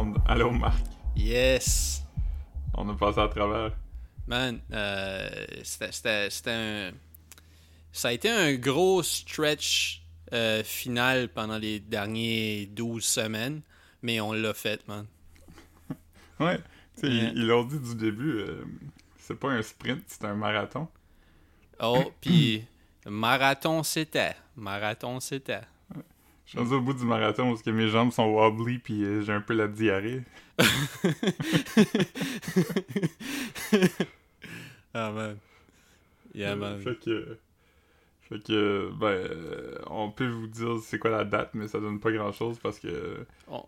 monde. Allô, Marc. Yes! On a passé à travers. Man, c'était un... Ça a été un gros stretch final pendant les derniers 12 semaines, mais on l'a fait, man. Ouais, tu sais, ils l'ont dit du début, c'est pas un sprint, c'est un marathon. Oh, puis marathon, c'était. Je suis rendu au bout du marathon parce que mes jambes sont wobbly puis j'ai un peu la diarrhée. Ah, man. Yeah, man. Fait que on peut vous dire c'est quoi la date, mais ça donne pas grand chose parce que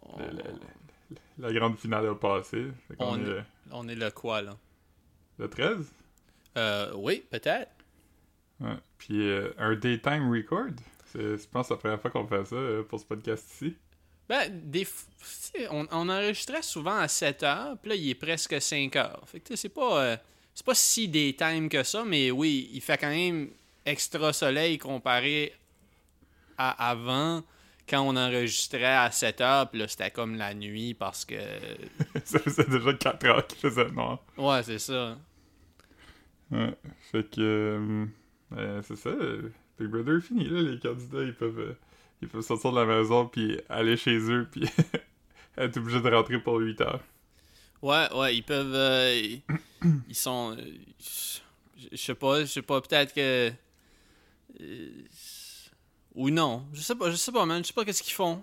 la grande finale a passé. Fait qu'on on est le quoi, là? Le 13? Oui, peut-être. Ouais. Puis un daytime record. Je pense que c'est la première fois qu'on fait ça pour ce podcast ici. Ben, on enregistrait souvent à 7 heures, puis là, il est presque 5 heures. Fait que c'est pas si daytime que ça, mais oui, il fait quand même extra soleil comparé à avant, quand on enregistrait à 7 heures, puis là, c'était comme la nuit parce que... Ça faisait déjà 4 heures qu'il faisait noir. Ouais, c'est ça. Ouais, fait que... c'est ça, Big Brother est fini, là, les candidats, ils peuvent sortir de la maison, puis aller chez eux, puis être obligés de rentrer pour 8 heures. Ouais, ils peuvent... ils sont... je sais pas, peut-être que... ou non, je sais pas, man, je sais pas qu'est-ce qu'ils font.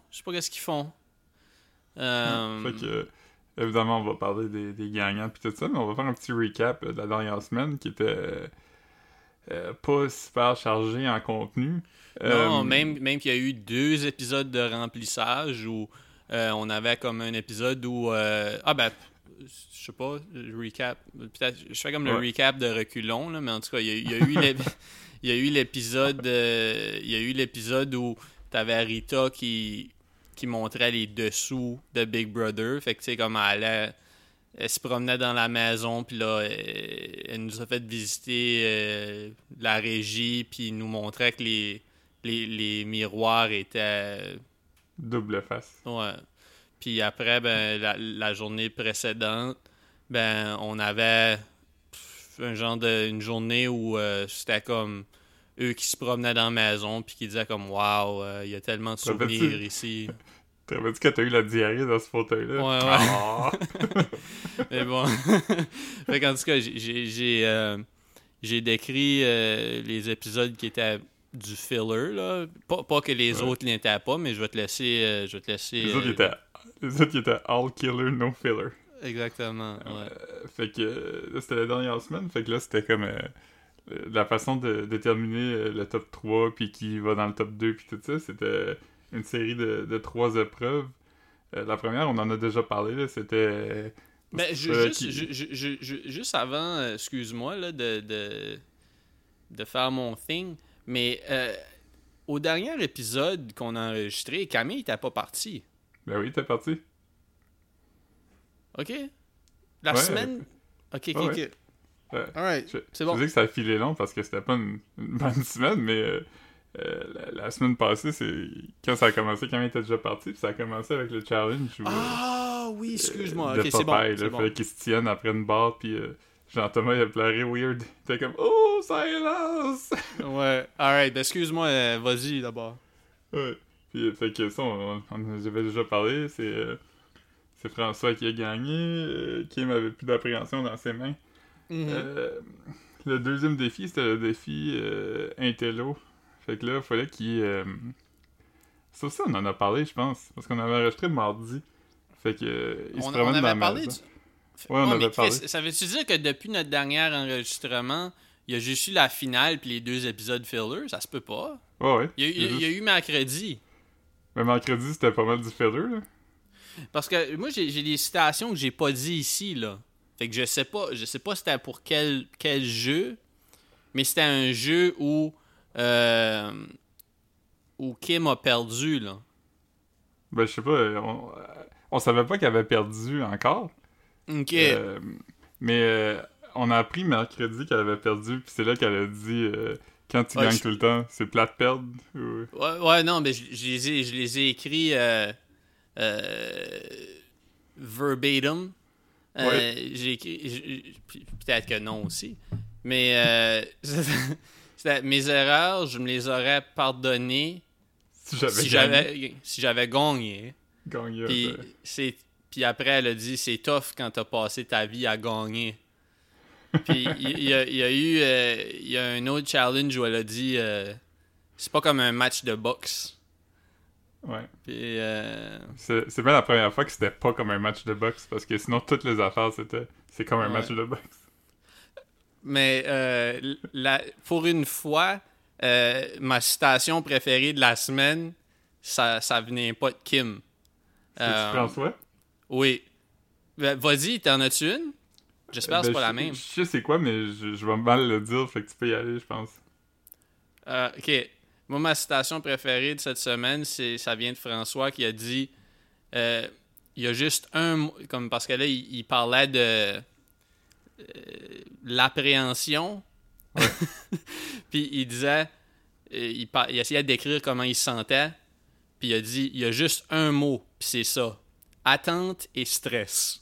Fait que, évidemment, on va parler des gagnants, puis tout ça, mais on va faire un petit recap de la dernière semaine, qui était... pas super chargé en contenu. Non, même qu'il y a eu 2 épisodes de remplissage où on avait comme un épisode où... je sais pas, recap. Peut-être, je fais comme le recap de reculons, là, mais en tout cas, il y a eu l'épisode où t'avais Rita qui montrait les dessous de Big Brother. Fait que, tu sais, comme elle se promenait dans la maison, puis là, elle nous a fait visiter la régie, puis nous montrait que les miroirs étaient... double face. Ouais. Puis après, ben, la journée précédente, ben, on avait une journée où c'était comme eux qui se promenaient dans la maison, puis qui disaient comme « Wow, il y a tellement de souvenirs ici. » T'avais-tu que t'as eu la diarrhée dans ce fauteuil-là? Ouais. Oh! Mais bon. Fait qu'en tout cas, j'ai décrit les épisodes qui étaient du filler, là. Pas que les autres n'étaient pas, mais je vais te laisser... Les autres qui étaient all killer, no filler. Exactement, ouais. Fait que là, c'était la dernière semaine, fait que là, c'était comme la façon de déterminer le top 3, puis qui va dans le top 2, puis tout ça, c'était une série de 3 épreuves. La première, on en a déjà parlé, là, c'était... Mais juste avant, excuse-moi, là, de faire mon thing, mais au dernier épisode qu'on a enregistré, Camille n'était pas parti. Ben oui, t'es parti. OK? La semaine... OK. Alright, c'est bon. Je disais que ça a filé long parce que c'était pas une bonne semaine, mais la semaine passée, c'est quand ça a commencé, Camille était déjà parti, puis ça a commencé avec le challenge. Ah oui, excuse-moi. De OK, c'est bon. Popeye, là, fallait qu'ils se tiennent après une barre, puis Jean-Thomas, il a pleuré weird. Il était comme « Oh, silence! » Ouais, alright, ben excuse-moi, vas-y d'abord. Ouais. Puis, fait que ça, on avait déjà parlé, c'est François qui a gagné, Kim avait plus d'appréhension dans ses mains. Mm-hmm. Le deuxième défi, c'était le défi Intello. Fait que là, il fallait qu'il... Ça aussi, on en a parlé, je pense, parce qu'on avait enregistré mardi. Fait que il se promène dans la maison. Ouais, on avait parlé. Ça veut-tu dire que depuis notre dernier enregistrement, il y a juste eu la finale puis les 2 épisodes filler? Ça se peut pas. Ouais. Il y a eu mercredi. Mais mercredi, c'était pas mal du filler, là. Parce que moi, j'ai des citations que j'ai pas dit ici, là. Fait que je sais pas c'était pour quel jeu, mais c'était un jeu où Kim a perdu, là. Ben, je sais pas, on savait pas qu'elle avait perdu encore. OK. Mais on a appris mercredi qu'elle avait perdu, puis c'est là qu'elle a dit quand tu gagnes tout le temps, c'est plate de perdre. Ouais, non, mais je les ai écrits verbatim. Ouais. J'ai écrit... Peut-être que non aussi. Mais mes erreurs, je me les aurais pardonnées si j'avais gagné. Gagné. Puis après, elle a dit, c'est tough quand t'as passé ta vie à gagner. Puis il y a eu il y a un autre challenge où elle a dit c'est pas comme un match de boxe. Ouais. Puis c'est bien la première fois que c'était pas comme un match de boxe, parce que sinon toutes les affaires c'est comme un match de boxe. Mais pour une fois, ma citation préférée de la semaine, ça venait pas de Kim. C'est François? Oui. Vas-y, t'en as-tu une? J'espère que c'est pas la même. Je sais c'est quoi, mais je vais mal le dire, fait que tu peux y aller, je pense. Ok. Moi, ma citation préférée de cette semaine, ça vient de François qui a dit il y a juste un mot, comme parce que là, il parlait de l'appréhension. Ouais. Puis il disait il essayait de décrire comment il se sentait. Puis il a dit il y a juste un mot, puis c'est ça. Attente et stress.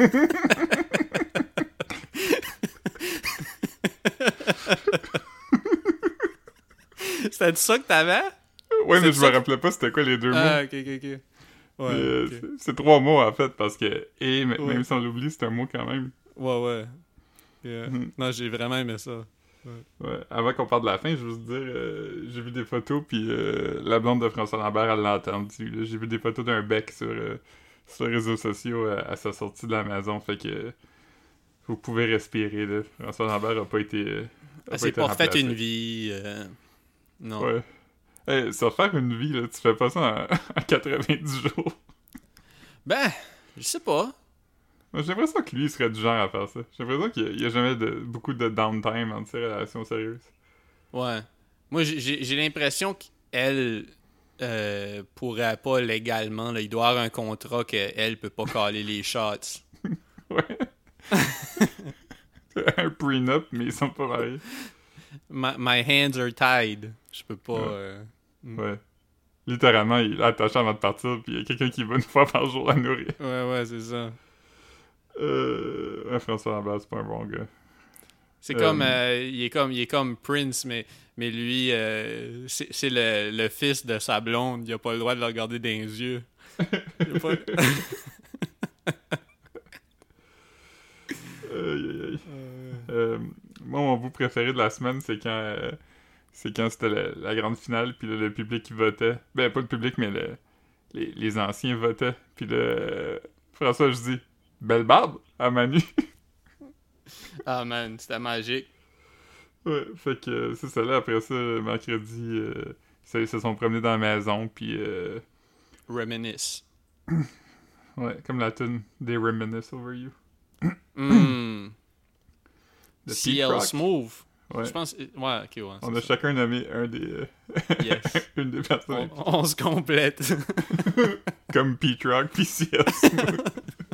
C'était ça que t'avais? Ouais, mais je me rappelais pas c'était quoi les deux mots. Ah, ok. Ouais, okay. C'est 3 mots en fait, parce que même si on l'oublie, c'est un mot quand même. Ouais. Yeah. Non, j'ai vraiment aimé ça. Ouais. Avant qu'on parle de la fin, je veux juste dire, j'ai vu des photos, puis la blonde de François Lambert, elle l'a entendu. Là. J'ai vu des photos d'un bec sur les réseaux sociaux à sa sortie de la maison, fait que vous pouvez respirer. Là. François Lambert a pas été c'est pas fait une vie. Non. Ouais. Hey, ça faire une vie, là, tu fais pas ça en 90 jours. Ben, je sais pas. J'ai l'impression que lui, il serait du genre à faire ça. J'ai l'impression qu'il y a jamais beaucoup de downtime entre ses relations sérieuses. Ouais. Moi, j'ai l'impression qu'elle pourrait pas légalement. Là, il doit avoir un contrat qu'elle peut pas caler les shots. Ouais. Un prenup, mais ils sont pas mariés. My hands are tied. Je peux pas... Ouais. Littéralement, il est attaché avant de partir, puis il y a quelqu'un qui va une fois par jour la nourrir. Ouais, c'est ça. François Lambert, c'est pas un bon gars. C'est comme... il est comme Prince, mais lui, c'est le fils de sa blonde. Il a pas le droit de le regarder dans les yeux. Il a pas... Moi, mon bout préféré de la semaine, c'est quand c'était la grande finale, puis le public qui votait. Ben, pas le public, mais les anciens votaient. Puis François, je dis, belle barbe à Manu. Ah man, c'était magique. Ouais, fait que c'est ça. Là, après ça, mercredi, ils se sont promenés dans la maison, puis... Reminisce. Ouais, comme la tune They Reminisce Over You. CL Smooth. Ouais. Je pense... Ouais, ok, ouais. On a chacun nommé un des... Yes. une des personnes. On se complète. Comme Pete Rock pis CL Smooth.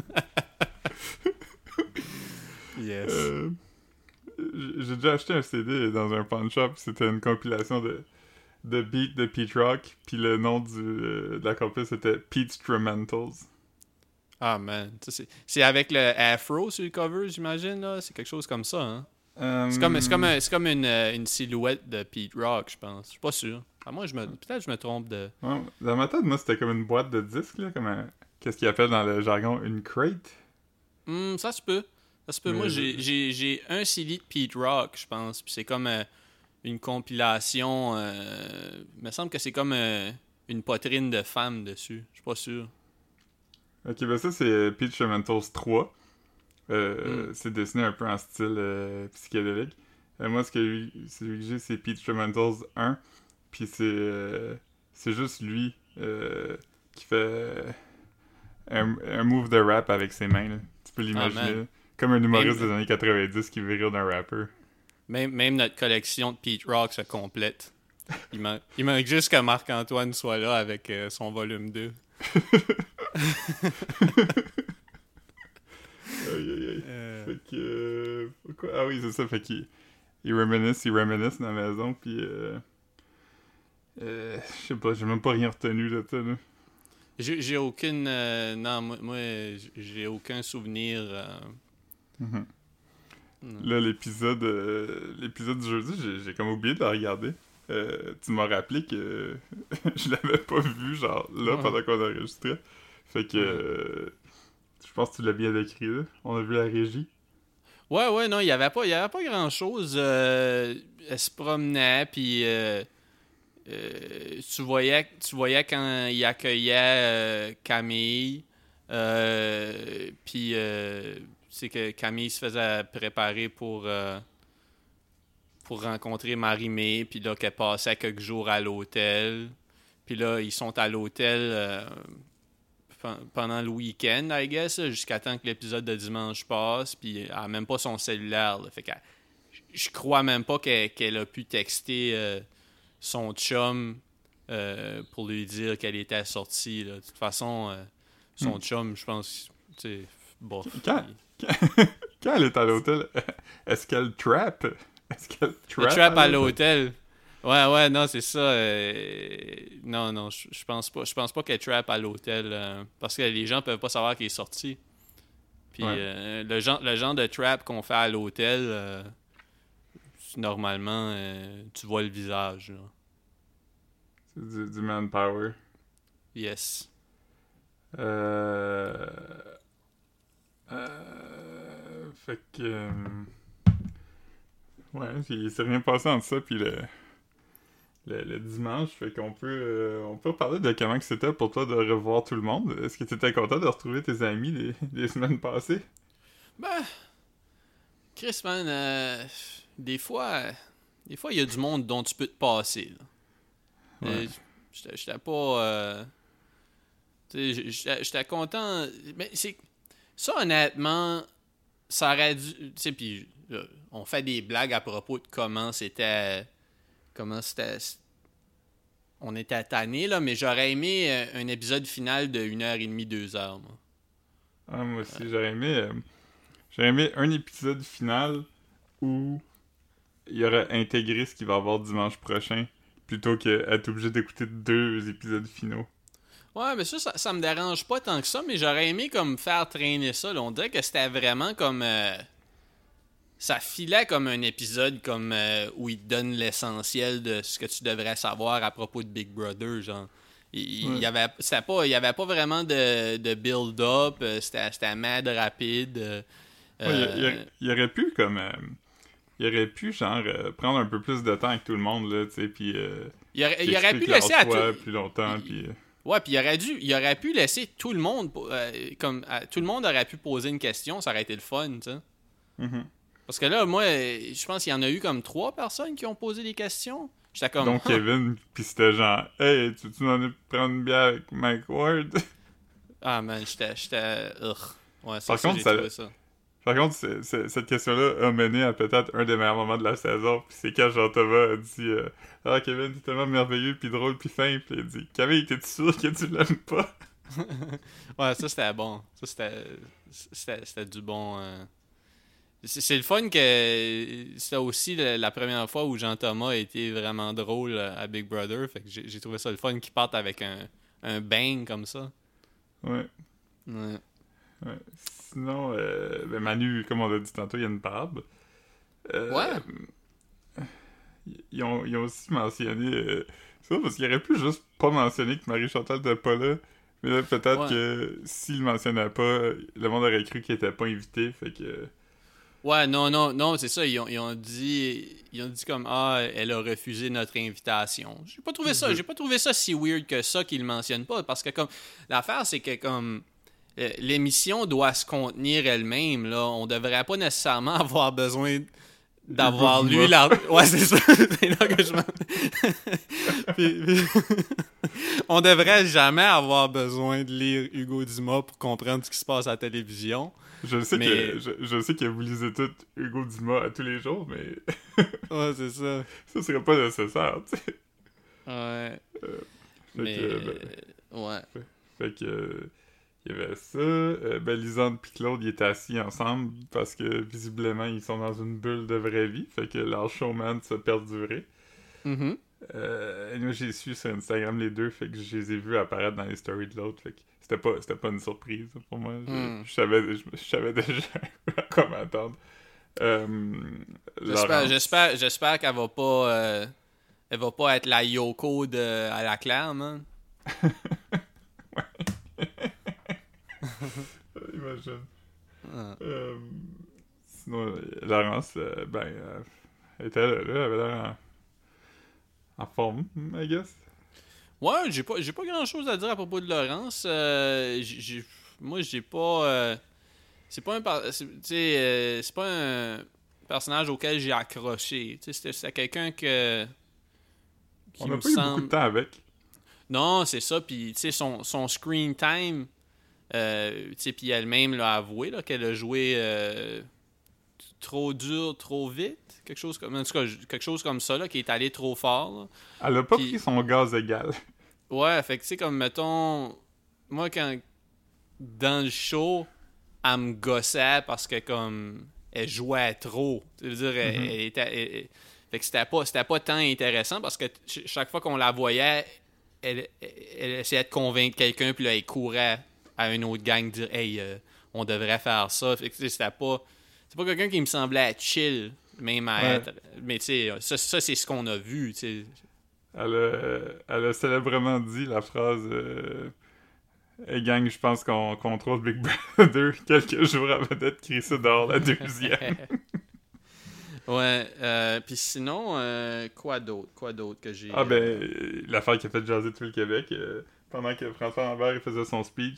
Yes. J'ai déjà acheté un CD dans un pawn shop. C'était une compilation de beats de Pete Rock. Puis le nom de la compil c'était Pete Instrumentals. Ah man. C'est avec le afro sur le cover, j'imagine. Là. C'est quelque chose comme ça. Hein? C'est comme une silhouette de Pete Rock, je pense. Je suis pas sûr. Moi, peut-être je me trompe de... Ouais, dans ma tête, moi, c'était comme une boîte de disques, là, comme qu'est-ce qu'ils appellent dans le jargon une crate. Ça se peut. Moi, j'ai un CD de Pete Rock, je pense. Puis c'est comme une compilation. Il me semble que c'est comme une poitrine de femme dessus. Je suis pas sûr. Ok, ben ça, c'est Pete Instrumentals 3. C'est dessiné un peu en style psychédélique. Moi, celui que j'ai, c'est Pete Instrumentals 1. Puis c'est juste lui qui fait un move de rap avec ses mains. Là. Tu peux l'imaginer. Comme un humoriste des années 90 qui virait d'un rapper. Même notre collection de Pete Rock se complète. Il manque juste que Marc-Antoine soit là avec son volume 2. Aïe. Fait que... pourquoi? Ah oui, c'est ça. Fait qu'il reminisce dans la maison, puis... je sais pas, j'ai même pas rien retenu de ça, là. J'ai aucune... non, moi, j'ai aucun souvenir. Mhm. Non. Là, l'épisode du jeudi, j'ai comme oublié de le regarder. Tu m'as rappelé que je l'avais pas vu, genre, là, Ouais. pendant qu'on enregistrait. Fait que... je pense que tu l'as bien décrit, là. On a vu la régie. Ouais, non, il y avait pas grand-chose. Elle se promenait, puis tu voyais quand il accueillait Camille, puis c'est que Camille se faisait préparer pour rencontrer Marie-Mé, puis là, qu'elle passait quelques jours à l'hôtel. Puis là, ils sont à l'hôtel pendant le week-end, I guess, là, jusqu'à temps que l'épisode de dimanche passe, puis elle a même pas son cellulaire. Là. Fait que je crois même pas qu'elle a pu texter son chum pour lui dire qu'elle était sortie. Là. De toute façon, son chum, je pense, tu sais, bof. Quand, quand elle est à l'hôtel, est-ce qu'elle trap? Est-ce qu'elle Le trap à l'hôtel. Ouais, non, c'est ça. Non, je pense pas. Je pense pas qu'elle trap à l'hôtel parce que les gens peuvent pas savoir qu'elle est sortie. Puis le genre de trap qu'on fait à l'hôtel, normalement, tu vois le visage. Là. C'est du manpower. Yes. Fait que... ouais, il s'est rien passé entre ça puis le dimanche. Fait qu'on peut, on peut reparler de comment que c'était pour toi de revoir tout le monde. Est-ce que tu étais content de retrouver tes amis des semaines passées? Ben, Chris, man, des fois, il y a du monde dont tu peux te passer. Là. Ouais. J'étais pas... j'étais content. Mais c'est... Ça, honnêtement, ça aurait dû... Tu sais, puis on fait des blagues à propos de comment c'était... On était tannés, là, mais j'aurais aimé un épisode final de 1h30, 2h, moi. Ah, moi aussi, j'aurais aimé un épisode final où il y aurait intégré ce qu'il va y avoir dimanche prochain plutôt qu'être obligé d'écouter 2 épisodes finaux. Ouais, mais ça me dérange pas tant que ça, mais j'aurais aimé comme faire traîner ça. Là. On dirait que c'était vraiment comme... ça filait comme un épisode comme où il te donne l'essentiel de ce que tu devrais savoir à propos de Big Brother, genre. Il y avait pas vraiment de build-up, c'était mad rapide. Il aurait pu comme... il aurait pu, genre, prendre un peu plus de temps avec tout le monde, là, tu sais, puis... il aurait pu laisser à tout... plus longtemps, puis... Ouais, puis il aurait pu laisser tout le monde... tout le monde aurait pu poser une question, ça aurait été le fun, tu sais. Mm-hmm. Parce que là, moi, je pense qu'il y en a eu comme 3 personnes qui ont posé des questions. J'étais comme... Donc Kevin, pis c'était genre, hey, tu veux-tu m'en prendre une bière avec Mike Ward? Ah man, j'étais... Ouais, Par contre, j'ai trouvé ça. Par contre, cette question-là a mené à peut-être un des meilleurs moments de la saison. Puis c'est quand Jean-Thomas a dit ah, Kevin, t'es tellement merveilleux, puis drôle, puis fin. Puis il a dit Camille, t'es-tu sûr que tu l'aimes pas? Ouais, ça c'était bon. Ça c'était du bon... C'est le fun que c'était aussi la première fois où Jean-Thomas a été vraiment drôle à Big Brother. Fait que j'ai trouvé ça le fun qu'il parte avec un bang comme ça. Ouais. Ouais. Ouais. Sinon, ben Manu, comme on l'a dit tantôt, il y a une barbe. Ouais. Ils ont aussi mentionné... ça, parce qu'il aurait pu juste pas mentionner que Marie-Chantal n'était pas là. Mais là, peut-être que s'il le mentionnait pas, le monde aurait cru qu'il était pas invité. Fait que... Ouais, non, c'est ça. Ils ont dit comme elle a refusé notre invitation. J'ai pas trouvé ça si weird que ça qu'ils le mentionnent pas. Parce que comme l'affaire, c'est que comme l'émission doit se contenir elle-même, là. On devrait pas nécessairement avoir besoin d'avoir lu ouais, c'est ça. C'est là que je puis, on devrait jamais avoir besoin de lire Hugo Dumas pour comprendre ce qui se passe à la télévision. Je sais que vous lisez tout Hugo Dumas à tous les jours, mais... ouais, c'est ça. Ça serait pas nécessaire, tu sais. Ouais. Ouais. Fait que... il y avait ça. Ben, Lisande et Claude, ils étaient assis ensemble parce que, visiblement, ils sont dans une bulle de vraie vie. Fait que leur showman se perdurait. Mm-hmm. Moi, j'ai su sur Instagram les deux, fait que je les ai vus apparaître dans les stories de l'autre, fait que c'était pas une surprise pour moi. Je savais déjà à quoi m'attendre. J'espère qu'elle va pas elle va pas être la Yoko à la Claire, man. Imagine. Ah. Sinon, Laurence, elle était là, elle avait l'air en forme, I guess. Ouais, j'ai pas grand chose à dire à propos de Laurence. Moi, j'ai pas. C'est pas c'est pas un personnage auquel j'ai accroché. C'était quelqu'un qui On n'a me pas eu beaucoup de semble. temps avec. Non, c'est ça. Puis, son screen time. Puis elle-même l'a avoué là, qu'elle a joué trop dur, trop vite. En tout cas, quelque chose comme ça, là, qui est allé trop fort. Là. Elle a pas Puis, pris son gaz égal. ouais, fait que comme mettons, moi quand dans le show, elle me gossait parce que comme elle jouait trop. Je veux dire, elle était. Fait que c'était pas tant intéressant parce que chaque fois qu'on la voyait, elle essayait de convaincre quelqu'un, puis là, elle courait à une autre gang dire hey, on devrait faire ça. Fait que c'est pas quelqu'un qui me semblait être chill, même à être. Mais tu sais, ça c'est ce qu'on a vu, tu sais. Elle a célèbrement dit la phrase Hey gang, je pense qu'on contrôle Big Brother quelques jours avant d'être crissé dehors la deuxième. Ouais, puis sinon, quoi d'autre que j'ai... L'affaire qui a fait jaser tout le Québec, pendant que François Lambert faisait son speech,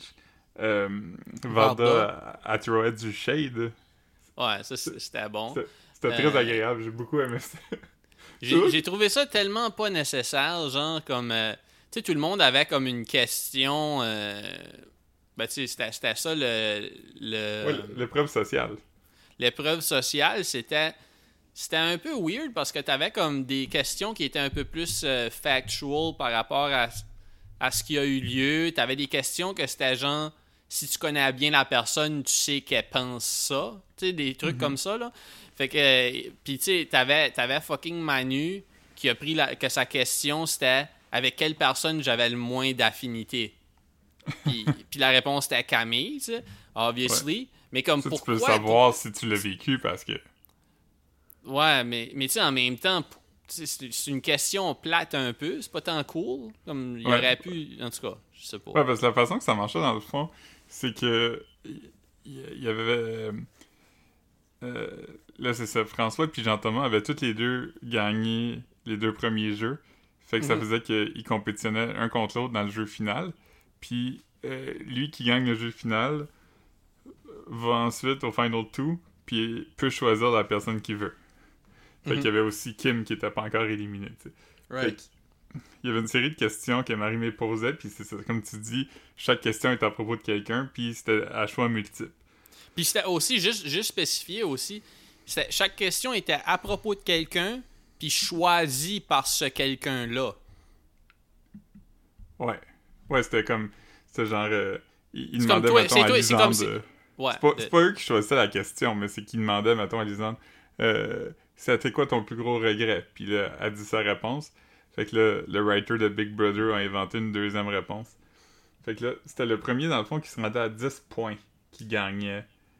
Varda a throw du shade. Ouais, ça c'était bon. C'était très agréable, j'ai beaucoup aimé ça. J'ai trouvé ça tellement pas nécessaire, genre comme... tu sais, tout le monde avait comme une question... tu sais, c'était ça l'épreuve sociale. L'épreuve sociale, c'était un peu weird parce que t'avais comme des questions qui étaient un peu plus factual par rapport à ce qui a eu lieu. T'avais des questions que c'était genre, si tu connais bien la personne, tu sais qu'elle pense ça. Tu sais, des trucs comme ça, là. Fait que, puis tu sais, t'avais fucking Manu qui a pris que sa question c'était avec quelle personne j'avais le moins d'affinité. Puis la réponse était Camille, tu sais, obviously. Ouais. Mais comme ça, pourquoi... Tu peux savoir si tu l'as vécu parce que... Ouais, mais tu sais, en même temps, c'est une question plate un peu. C'est pas tant cool. Comme il aurait pu... En tout cas, je sais pas. Ouais, parce que la façon que ça marchait dans le fond, c'est que... Il y avait... là, c'est ça. François et Jean-Thomas avaient tous les deux gagné les 2 premiers jeux. Fait que ça faisait qu'ils compétitionnaient un contre l'autre dans le jeu final. Puis lui qui gagne le jeu final va ensuite au Final 2 puis peut choisir la personne qu'il veut. Fait qu'il y avait aussi Kim qui était pas encore éliminé. Right. Il y avait une série de questions que Marie-Mé posait, puis c'est ça, comme tu dis, chaque question est à propos de quelqu'un, puis c'était à choix multiples. Puis c'était aussi, juste spécifié aussi, chaque question était à propos de quelqu'un, puis choisi par ce quelqu'un-là. Ouais, c'était comme... C'était genre... il demandait, mettons, à Lisande... C'est pas eux qui choisissaient la question, mais c'est qu'ils demandaient, mettons, à Lisande... c'était quoi ton plus gros regret? Puis là, elle dit sa réponse. Fait que là, le writer de Big Brother a inventé une deuxième réponse. Fait que là, c'était le premier, dans le fond, qui se rendait à 10 points, qui gagnait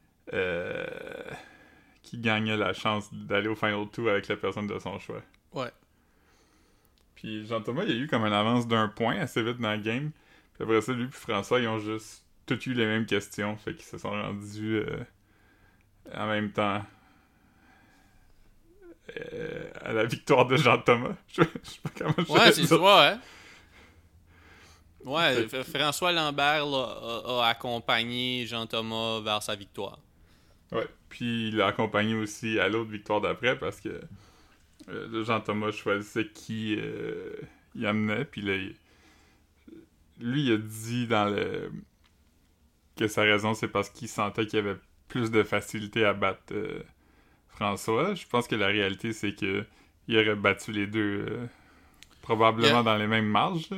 la chance d'aller au Final 2 avec la personne de son choix. Ouais. Puis Jean-Thomas, il y a eu comme une avance d'1 point assez vite dans le game. Puis après ça, lui puis François, ils ont juste tous eu les mêmes questions. Fait qu'ils se sont rendus en même temps à la victoire de Jean-Thomas. Je sais pas comment je Ouais, c'est ça, hein. Ouais, François Lambert a accompagné Jean-Thomas vers sa victoire. Ouais, puis il l'a accompagné aussi à l'autre victoire d'après parce que Jean-Thomas choisissait qui il amenait, puis là, lui, il a dit que sa raison, c'est parce qu'il sentait qu'il y avait plus de facilité à battre François. Je pense que la réalité, c'est que il aurait battu les deux probablement dans les mêmes marges.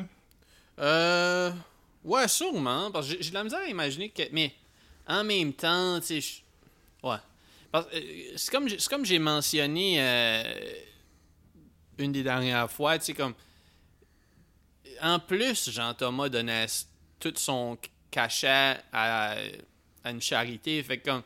Ouais, sûrement, parce que j'ai de la misère à imaginer que... Mais, en même temps, tu sais... Ouais. C'est comme j'ai mentionné une des dernières fois, tu sais, comme... En plus, Jean-Thomas donnait tout son cachet à une charité. Fait que comme...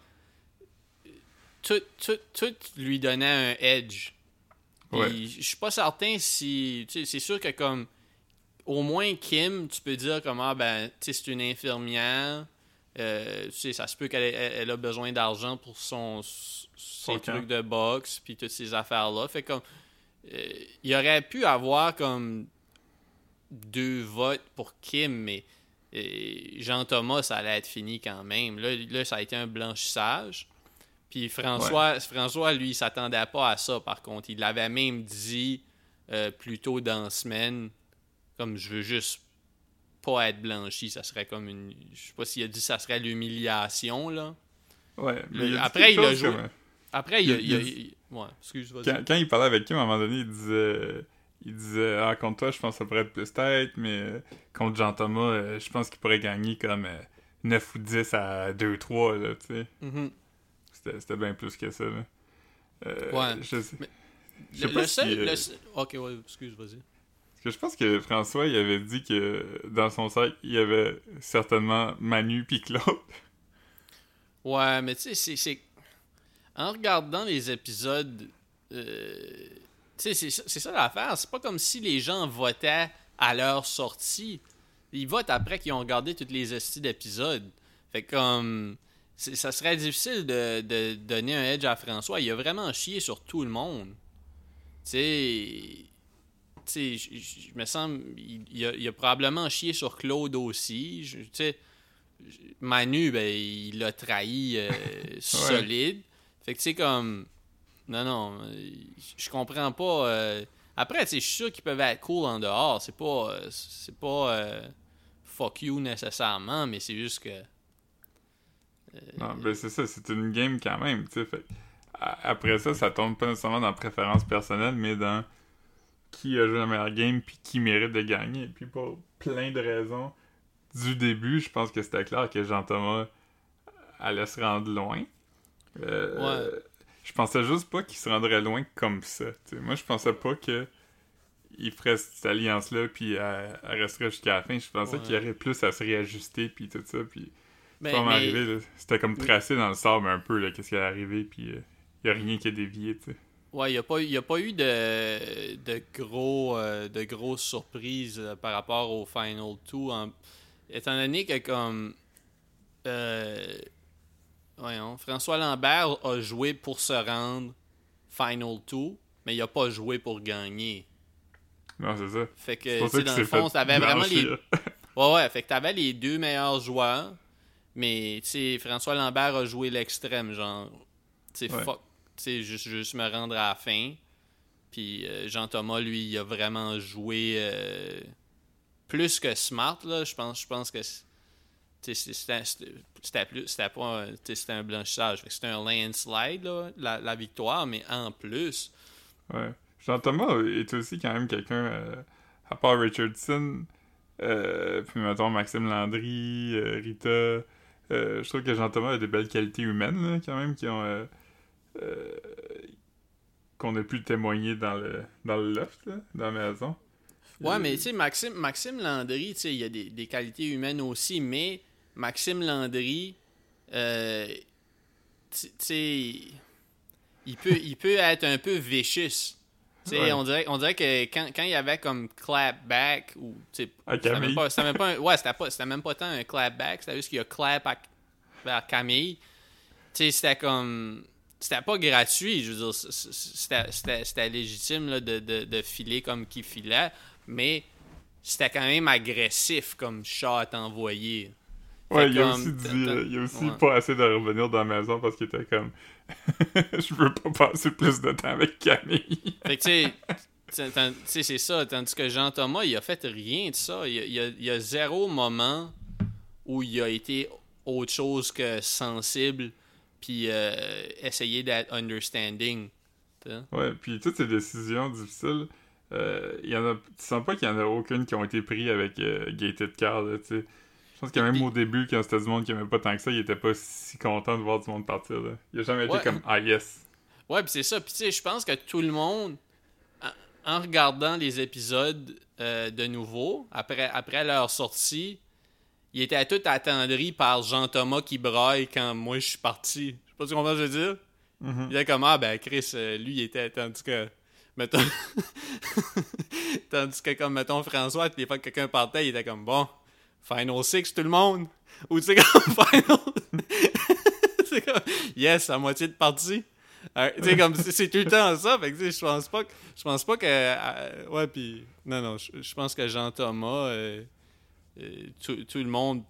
Tout lui donnait un edge. Puis je suis pas certain si... Tu sais, c'est sûr que comme... Au moins, Kim, tu peux dire comment, ben, tu sais, c'est une infirmière. Tu sais, ça se peut qu'elle a besoin d'argent pour ses trucs de boxe, puis toutes ces affaires-là. Fait comme, il aurait pu avoir comme 2 votes pour Kim, mais Jean-Thomas, ça allait être fini quand même. Là, ça a été un blanchissage. Puis François, lui, il s'attendait pas à ça, par contre. Il l'avait même dit plus tôt dans la semaine, comme je veux juste pas être blanchi, ça serait comme une... Je sais pas s'il a dit ça serait l'humiliation, là. Ouais, mais après, il a joué... Comme... Après, ouais, excuse, vas-y. Quand il parlait avec Kim, à un moment donné, il disait ah, contre toi, je pense que ça pourrait être plus tête, mais contre Jean-Thomas, je pense qu'il pourrait gagner comme 9 ou 10 à 2-3, là, tu sais. Mm-hmm. C'était bien plus que ça, là. Ouais. Je sais, mais je sais pas si... Ok, ouais, excuse, vas-y. Parce que je pense que François, il avait dit que dans son sac, il y avait certainement Manu pis Claude. Ouais, mais tu sais, c'est... En regardant les épisodes... tu sais, c'est ça l'affaire. C'est pas comme si les gens votaient à leur sortie. Ils votent après qu'ils ont regardé tous les estis d'épisodes. Fait comme... Ça serait difficile de donner un edge à François. Il a vraiment chié sur tout le monde. Tu sais, je me semble, il a probablement chié sur Claude aussi. Tu sais, Manu, ben, il l'a trahi solide. Fait que tu sais, comme... Non, je comprends pas. Après, tu sais, je suis sûr qu'ils peuvent être cool en dehors. C'est pas fuck you nécessairement, mais c'est juste que... Non, ben c'est ça, c'est une game quand même, tu sais. Fait après ça tombe pas nécessairement dans préférence personnelle, mais dans qui a joué la meilleure game puis qui mérite de gagner. Puis pour plein de raisons, du début, je pense que c'était clair que Jean-Thomas allait se rendre loin. Je pensais juste pas qu'il se rendrait loin comme ça. T'sais. Moi, je pensais pas que il ferait cette alliance-là puis elle resterait jusqu'à la fin. Je pensais qu'il y aurait plus à se réajuster puis tout ça. Puis arrivé, là, c'était comme tracé dans le sable un peu, là, qu'est-ce qui allait arriver, puis il y a rien qui a dévié, tu sais. Ouais, il y a pas eu de grosses surprises par rapport au Final 2, étant donné que comme François Lambert a joué pour se rendre Final 2, mais il a pas joué pour gagner. Non, c'est ça. Fait que, tu sais, dans le fond, t'avais vraiment les... Ouais, fait que t'avais les 2 meilleurs joueurs, mais, tu sais, François Lambert a joué l'extrême, genre, tu sais, fuck, tu sais, juste me rendre à la fin. Puis Jean-Thomas, lui, il a vraiment joué plus que smart, là. Je pense que c'était un blanchissage. C'était un landslide, là, la victoire, mais en plus... Ouais. Jean-Thomas est aussi quand même quelqu'un, à part Richardson, puis mettons Maxime Landry, Rita... je trouve que Jean-Thomas a des belles qualités humaines, là, quand même, qu'on a pu témoigner dans le loft, là, dans la maison. Ouais, mais tu sais, Maxime Landry, tu sais, il a des qualités humaines aussi, mais Maxime Landry, tu sais, il peut être un peu vicious. Tu sais, on dirait que quand il y avait comme clap back, ou tu sais, c'était même pas tant un clap back, c'était juste qu'il y a clap vers Camille. Tu sais, c'était comme... C'était pas gratuit, je veux dire, c'était légitime là, de filer comme qu'il filait, mais c'était quand même agressif comme shot envoyé. Ouais, il a aussi dit, il a aussi pas assez de revenir dans la maison parce qu'il était comme je veux pas passer plus de temps avec Camille. Fait que tu sais, c'est ça, tandis que Jean-Thomas, il a fait rien de ça. Il y a zéro moment où il a été autre chose que sensible puis essayer d'être understanding. T'sais? Ouais, puis toutes ces décisions difficiles, tu sens pas qu'il y en a aucune qui ont été prises avec Gated Car, tu sais. Je pense que même au début, quand c'était du monde qui aimait pas tant que ça, il était pas si content de voir du monde partir, là. Il a jamais été comme « Ah yes ». Ouais, pis c'est ça. Pis tu sais, je pense que tout le monde... en regardant les épisodes de nouveau, après leur sortie, il était tout attendri par Jean-Thomas qui braille quand moi je suis parti. Je sais pas si tu comprends ce que je veux dire. Mhm. Il était comme, ben Chris, lui, il était, tandis que, mettons, tandis que, comme, mettons, François, toutes les fois que quelqu'un partait, il était comme, bon, Final Six, tout le monde. Ou tu sais, comme, Final... c'est comme, yes, à moitié de partie. Tu sais, comme, c'est tout le temps ça, fait que, tu sais, je pense pas que, ouais, puis, non, je pense que Jean-Thomas, tout le monde,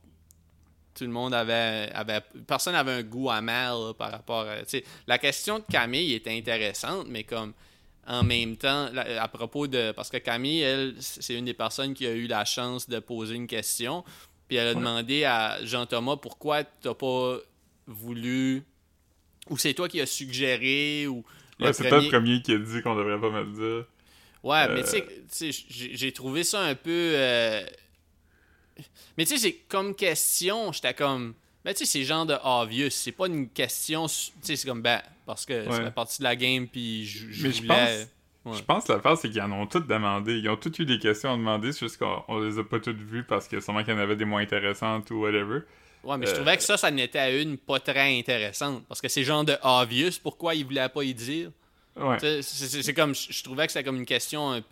personne avait un goût amer là, par rapport à, tu sais, la question de Camille était intéressante, mais comme en même temps à propos de, parce que Camille, elle, c'est une des personnes qui a eu la chance de poser une question, puis elle a demandé à Jean-Thomas pourquoi t'as pas voulu, ou c'est toi qui as suggéré, ou c'est toi le premier qui a dit qu'on devrait pas me le dire. Ouais, mais tu sais, j'ai trouvé ça un peu mais tu sais, c'est comme question, j'étais comme... Ben, tu sais, c'est genre de obvious. C'est pas une question... Tu sais, c'est comme, parce que ça fait partie de la game, puis je voulais... Je pense que l'affaire, c'est qu'ils en ont toutes demandé. Ils ont toutes eu des questions à demander, c'est juste qu'on les a pas toutes vues parce que sûrement qu'il y en avait des moins intéressantes ou whatever. Ouais, mais je trouvais que ça n'était une pas très intéressante. Parce que c'est genre de obvious, pourquoi ils voulaient pas y dire. Ouais. C'est comme... Je trouvais que c'était comme une question un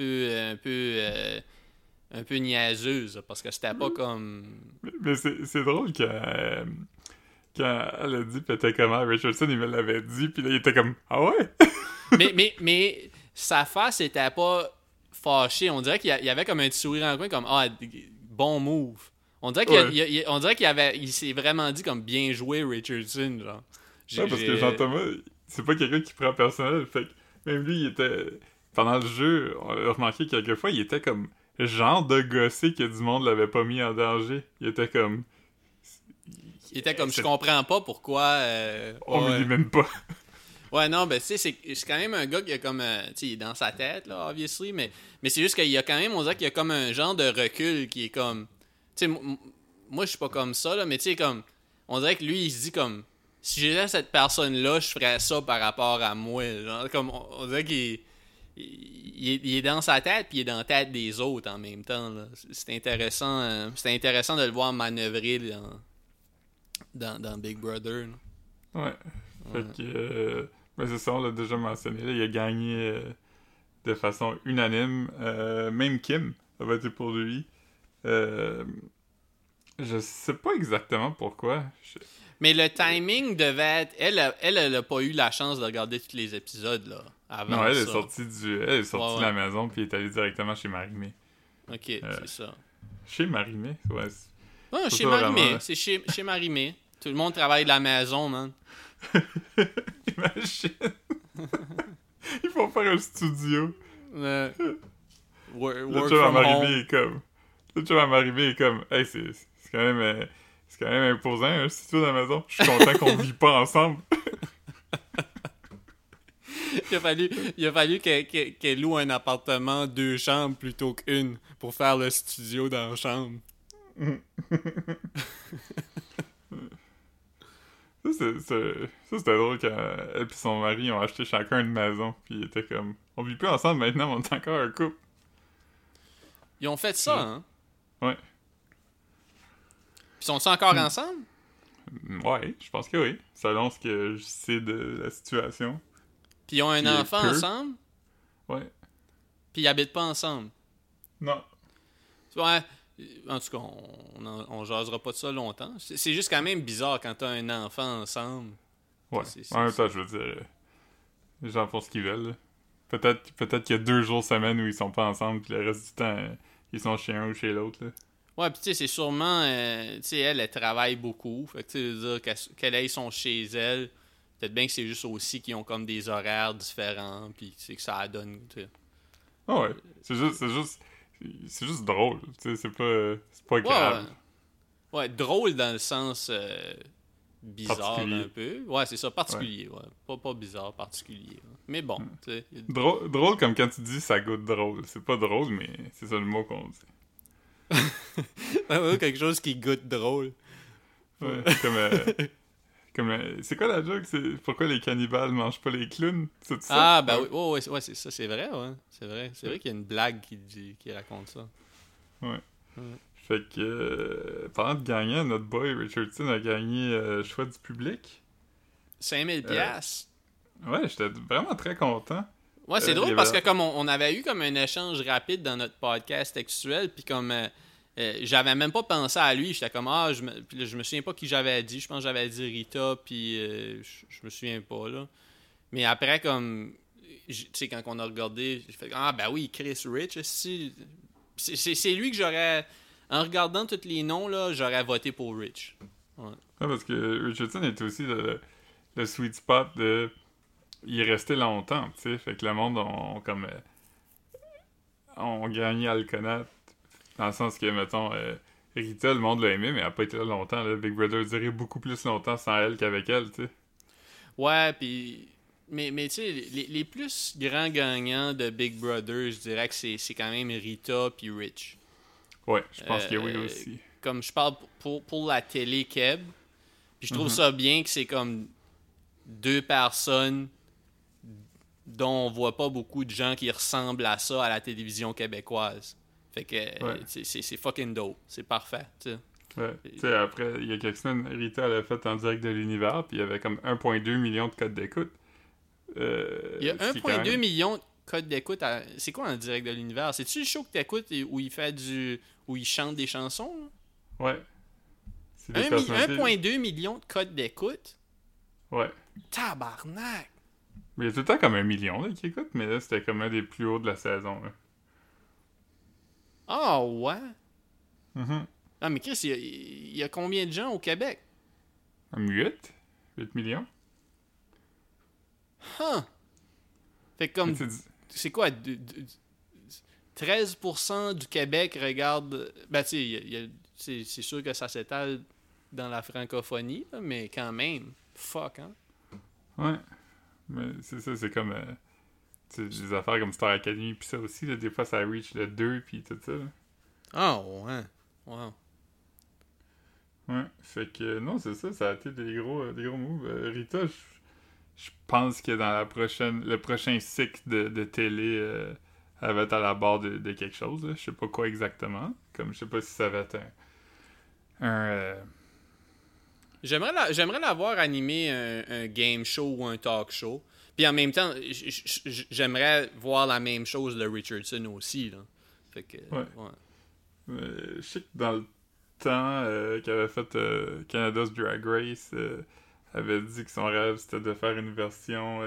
peu niaiseuse, parce que c'était pas comme... Mais c'est drôle que... quand elle a dit, pis elle était comment, Richardson, il me l'avait dit, puis là, il était comme, ah ouais? mais sa face était pas fâchée. On dirait qu'il y avait comme un petit sourire en coin, comme, bon move. On dirait qu'il s'est vraiment dit comme, bien joué, Richardson, genre. Parce que Jean-Thomas, c'est pas quelqu'un qui prend personnel, fait que même lui, il était... Pendant le jeu, on a remarqué quelquefois, il était comme... genre de gossé que du monde l'avait pas mis en danger. Il était comme... je comprends pas pourquoi... on me dit même pas. Ouais, non, ben, tu sais, c'est quand même un gars qui a comme... tu sais, il est dans sa tête, là, obviously, mais c'est juste qu'il y a quand même... On dirait qu'il y a comme un genre de recul qui est comme... Tu sais, moi, je suis pas comme ça, là, mais tu sais, comme... On dirait que lui, il se dit comme... Si j'étais cette personne-là, je ferais ça par rapport à moi. Genre, comme, on dirait qu'il... Il est dans sa tête puis il est dans la tête des autres en même temps. Là. C'est intéressant de le voir manœuvrer dans Big Brother. Là. Ouais. Fait que mais c'est ça, on l'a déjà mentionné. Là, il a gagné de façon unanime. Même Kim a voté pour lui. Je sais pas exactement pourquoi. Mais le timing devait être... Elle a pas eu la chance de regarder tous les épisodes là. Avant non, elle ça. est sortie de la maison puis est allée directement chez Marie-Mé. Ok, c'est ça. Chez Marie-Mé? Ouais, chez Marie-Mé. Vraiment... C'est chez Marie-Mé. Tout le monde travaille de la maison, man. Imagine! Il faut faire un studio. Work le chum à Marie-Mé est comme... Hey, c'est quand même... c'est quand même imposant, un studio dans la maison. Je suis content qu'on vit pas ensemble. Il a fallu qu'elle loue un appartement 2 chambres plutôt qu'une pour faire le studio dans la chambre. Ça, c'était drôle quand elle et son mari ont acheté chacun une maison. Puis ils étaient comme... On vit plus ensemble maintenant, mais on est encore un couple. Ils ont fait ça, hein? Ouais. Ils sont-ils encore ensemble? Ouais, je pense que oui. Selon ce que je sais de la situation. Puis ils ont un enfant ensemble? Ouais. Puis ils habitent pas ensemble? Non. Ouais. En tout cas, on jasera pas de ça longtemps. C'est juste quand même bizarre quand t'as un enfant ensemble. Ouais. En même temps, je veux dire, les gens font ce qu'ils veulent. Peut-être qu'il y a 2 jours semaine où ils sont pas ensemble, puis le reste du temps, ils sont chez un ou chez l'autre. Là. Ouais, puis tu sais, c'est sûrement... tu sais, elle travaille beaucoup. Fait que tu veux dire qu'elle aille son chez elle, peut-être bien que c'est juste aussi qu'ils ont comme des horaires différents, puis tu sais, que ça donne... T'sais. Ah ouais. C'est juste drôle. Tu sais, c'est pas grave. Ouais, drôle dans le sens bizarre un peu. Ouais, c'est ça, particulier. Ouais. Pas bizarre, particulier. Ouais. Mais bon, tu sais. Drôle comme quand tu dis ça goûte drôle. C'est pas drôle, mais c'est ça le mot qu'on dit. Quelque chose qui goûte drôle. Ouais, Comme, c'est quoi la joke? C'est pourquoi les cannibales mangent pas les clowns? C'est ça? Ah, ben oui, ouais, c'est ça, c'est vrai, ouais. C'est vrai. C'est vrai qu'il y a une blague qui raconte ça. Ouais. Ouais. Fait que, pendant de gagner, notre boy Richardson a gagné choix du public. 5000 piastres. Ouais, j'étais vraiment très content. Ouais, c'est il y drôle avait- parce que comme on avait eu comme un échange rapide dans notre podcast textuel, puis comme j'avais même pas pensé à lui, j'étais comme puis là, je me souviens pas qui j'avais dit, je pense que j'avais dit Rita, puis je me souviens pas là. Mais après comme tu sais quand on a regardé, j'ai fait ben oui, Chris Rich aussi. C'est lui que j'aurais en regardant tous les noms là, j'aurais voté pour Rich. Ouais. Ouais, parce que Richardson était aussi le sweet spot de... Il est resté longtemps, tu sais. Fait que le monde on gagné à le connaître. Dans le sens que, mettons, Rita, le monde l'a aimé, mais elle a pas été là longtemps. Là. Big Brother durait beaucoup plus longtemps sans elle qu'avec elle, tu sais. Ouais, puis mais tu sais les plus grands gagnants de Big Brother, je dirais que c'est quand même Rita puis Rich. Ouais, je pense que oui aussi. Comme je parle pour la télé Keb, puis je trouve ça bien que c'est comme deux personnes dont on voit pas beaucoup de gens qui ressemblent à ça à la télévision québécoise. Fait que Ouais. c'est fucking dope, c'est parfait, tu sais. Ouais. Tu sais, après, il y a quelques semaines, Rita elle a fait en direct de l'univers, puis il y avait comme 1,2 million de codes d'écoute. Il y a Ce qui est quand 1,2 même- million de codes d'écoute. C'est quoi en direct de l'univers? C'est-tu le show que t'écoutes où il fait où il chante des chansons? Là? Ouais. C'est des personnalités. 1,2 million de codes d'écoute? Ouais. Tabarnak! Mais il y a tout le temps comme 1 million là, qui écoutent, mais là, c'était comme un des plus hauts de la saison. Là. Ah ouais? Mm-hmm. Ah mais Chris, il y a combien de gens au Québec? Comme 8 millions. Huh! Fait que comme, Mais tu sais, c'est quoi? 13% du Québec regarde... Ben tu sais, c'est sûr que ça s'étale dans la francophonie, là, mais quand même, fuck, hein? Ouais. Mais c'est ça, c'est comme... tu sais, des affaires comme Star Academy, puis ça aussi, là, des fois, ça reach le 2, puis tout ça. Là. Ah ouais, wow. Ouais. Fait que, non, c'est ça, ça a été des gros moves. Rita, je pense que dans le prochain cycle de télé, elle va être à la barre de quelque chose. Là. Je sais pas quoi exactement. Comme, je sais pas si ça va être un J'aimerais la voir animer un game show ou un talk show. Puis en même temps, j'aimerais voir la même chose de Richardson aussi, là. Fait que, Ouais. ouais. Je sais que dans le temps qu'il avait fait Canada's Drag Race, avait dit que son rêve c'était de faire une version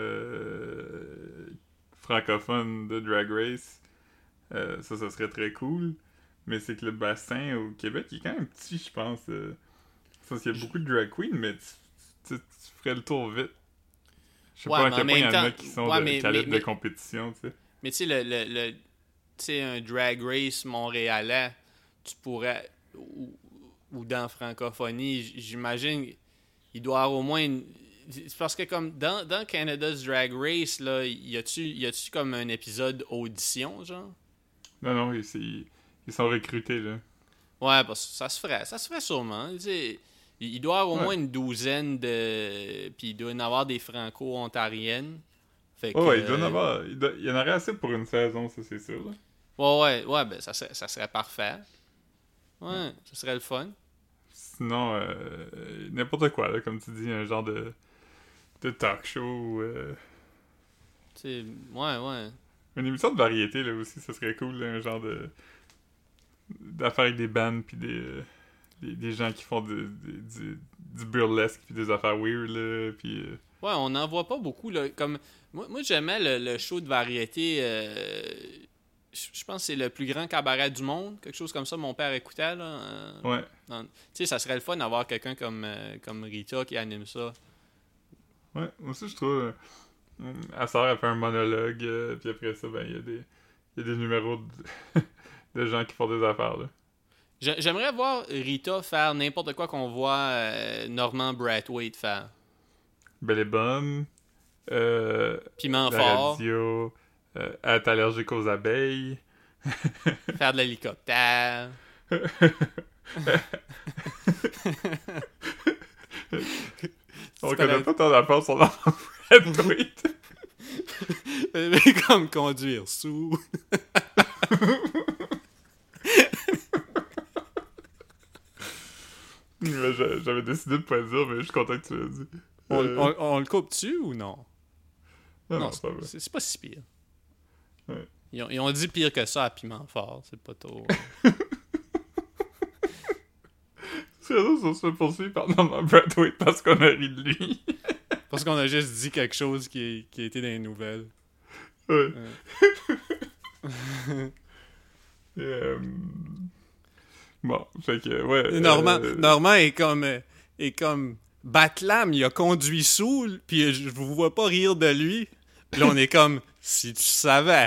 francophone de Drag Race. Ça serait très cool. Mais c'est que le bassin au Québec il est quand même petit, je pense. Parce qu'il y a beaucoup de drag queens, mais tu ferais le tour vite. Je sais Ouais, pas à mais quel en point il y même en a temps- qui sont ouais, de mais- calibre mais- de compétition, tu sais. Mais tu sais, tu sais, un drag race montréalais, tu pourrais, ou dans francophonie, j'imagine, il doit y avoir au moins c'est parce que comme dans Canada's Drag Race, là, y a-tu comme un épisode audition, genre? Non, ils sont recrutés, là. Ouais, parce que ça se ferait sûrement. Tu sais, il doit y avoir au Ouais. moins une douzaine de. Puis il doit y en avoir des franco-ontariennes. Fait que, Ouais, il doit en avoir. Il y en aurait assez pour une saison, ça, c'est sûr, là. ouais, ben ça serait parfait. Ouais, ça serait le fun. Sinon, n'importe quoi, là, comme tu dis, un genre de talk show. Tu sais, ouais. Une émission de variété, là, aussi, ça serait cool, là, un genre d'affaires avec des bands, puis des gens qui font du burlesque, puis des affaires weird, là, puis... Ouais, on n'en voit pas beaucoup. Là, comme moi j'aimais le show de variété. Je pense que c'est le plus grand cabaret du monde. Quelque chose comme ça, mon père écoutait. Là, Ouais. tu sais, ça serait le fun d'avoir quelqu'un comme Rita qui anime ça. Ouais, moi aussi, je trouve... elle sort, elle fait un monologue, puis après ça, ben, il y a des numéros de gens qui font des affaires, là. J'aimerais voir Rita faire n'importe quoi qu'on voit Norman Brathwaite faire. Belle et bonne. Piment La fort, radio. Être allergique aux abeilles. faire de l'hélicoptère. On connaît pas tant d'affaires sur Brad Pitt. Mais comme conduire sous. J'avais décidé de pas le dire, mais je suis content que tu l'aies dit. On le coupe-tu ou non? Non, c'est pas vrai. C'est pas si pire. Ouais. Ils ont dit pire que ça à Piment Fort. C'est pas trop... C'est ça, on se fait poursuivre par Norman Brad Pitt parce qu'on a ri de lui. Parce qu'on a juste dit quelque chose qui a été dans les nouvelles. Ouais. Bon, fait que, ouais. Normand est comme Batlam, il a conduit sous, puis je vous vois pas rire de lui. Puis là, on est comme, si tu savais.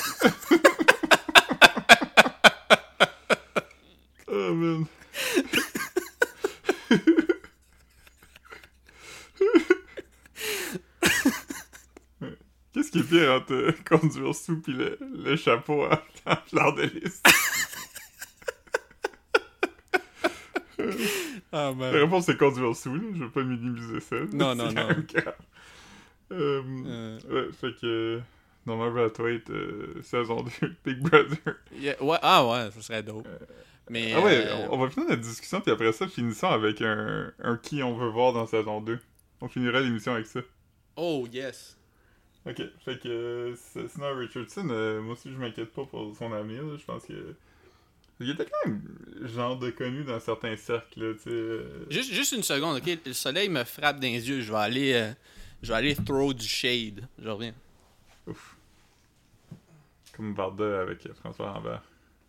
Oh, man. Qu'est-ce qui est pire entre conduire sous pis le chapeau en fleur de lys? Ah, man. La réponse c'est conduire sous, là. Je veux pas minimiser ça. Non. Ouais, fait que... Norman Brad Pitt, saison 2, Big Brother. Ouais, ça serait dope. Mais, on va finir notre discussion, puis après ça, finissons avec un qui on veut voir dans saison 2. On finira l'émission avec ça. Oh, yes. Ok, fait que sinon Richardson, moi aussi je m'inquiète pas pour son avenir, là. Je pense que... Il était quand même genre de connu dans certains cercles, là, tu sais. Juste une seconde, ok? Le soleil me frappe dans les yeux. Je vais aller throw du shade. Je reviens. Ouf. Comme Varda avec François Lambert.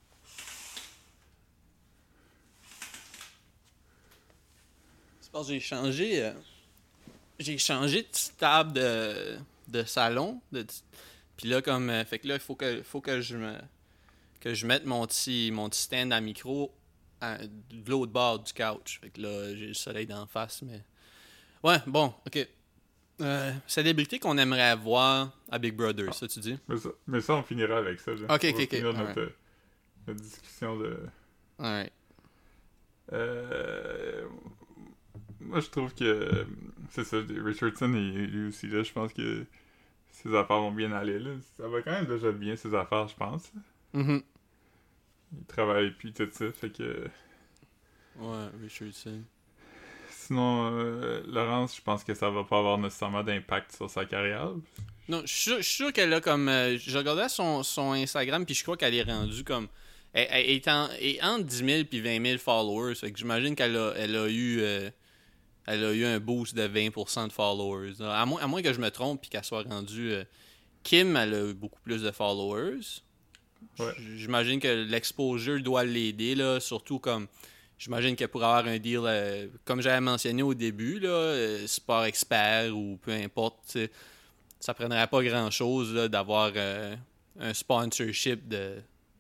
C'est parce que j'ai changé de table de salon. Puis là, fait que là, il faut que je mette mon petit stand à micro de l'autre bord du couch. Fait que là, j'ai le soleil d'en face, mais... Ouais, bon, ok. Célébrité qu'on aimerait voir à Big Brother, ça tu dis? Mais ça, on finira avec ça. Là. Ok. On va finir notre discussion de... Alright. Moi, je trouve que... C'est ça, Richardson, lui aussi, là, je pense que ses affaires vont bien aller, là. Ça va quand même déjà bien, ses affaires, je pense. Mm-hmm. Il travaille, puis tout ça, fait que... Ouais, Richardson. Sinon, Laurence, je pense que ça va pas avoir nécessairement d'impact sur sa carrière. Non, je suis sûr qu'elle a comme... je regardais son Instagram, puis je crois qu'elle est rendue comme... Elle est entre 10 000 et 20 000 followers. Fait que j'imagine qu'elle a eu un boost de 20% de followers. À moins que je me trompe et qu'elle soit rendue... Kim, elle a eu beaucoup plus de followers. Ouais. J'imagine que l'exposure doit l'aider, là, surtout comme... J'imagine qu'elle pourrait avoir un deal, comme j'avais mentionné au début, là, Sport Expert ou peu importe. T'sais, ça prendrait pas grand-chose là, d'avoir un sponsorship de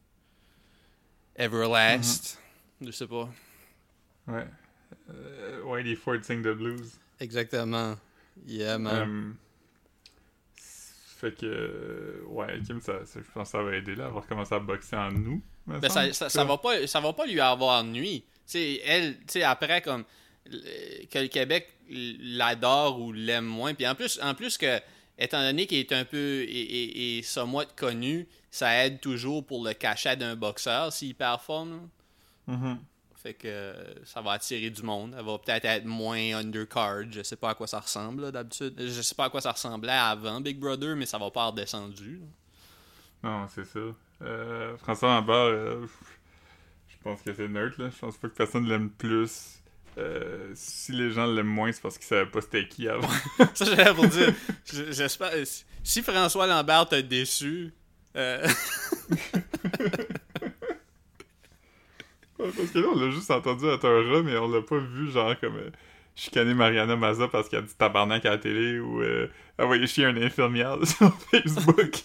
Everlast. Je sais pas. Ouais. Whitey Ford sing the blues. Exactement. Yeah, man. Fait que... ouais, Kim, je pense que ça va aider là, à voir comment ça boxer en nous. Ben, ça va pas lui avoir nuit. T'sais, elle, après, comme que le Québec l'adore ou l'aime moins. Puis en plus que, étant donné qu'il est un peu et somewhat connu, ça aide toujours pour le cachet d'un boxeur s'il performe. Mm-hmm. Fait que ça va attirer du monde. Elle va peut-être être moins undercard. Je sais pas à quoi ça ressemble là, d'habitude. Je sais pas à quoi ça ressemblait avant Big Brother, mais ça va pas redescendu. Non, c'est ça. François Lambert, je pense que c'est neutre, là. Je pense pas que personne l'aime plus. Si les gens l'aiment moins, c'est parce qu'ils savaient pas c'était qui avant. Ça, j'allais pour dire. J'espère. Si François Lambert t'a déçu. Parce que là, on l'a juste entendu à Torah, mais on l'a pas vu, genre, comme chicaner Mariana Maza parce qu'elle a dit tabarnak à la télé ou envoyer chier un infirmière sur Facebook.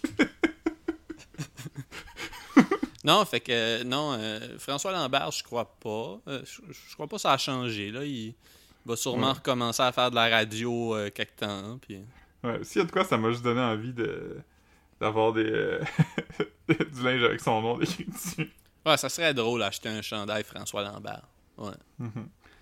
Non, fait que non, François Lambert, je crois pas. Je crois pas que ça a changé. Là. Il va sûrement recommencer à faire de la radio quelque temps. Puis... Ouais, s'il y a de quoi, ça m'a juste donné envie d'avoir des du linge avec son nom écrit dessus. Ouais, ça serait drôle d'acheter un chandail François Lambert. Ouais. Mm-hmm.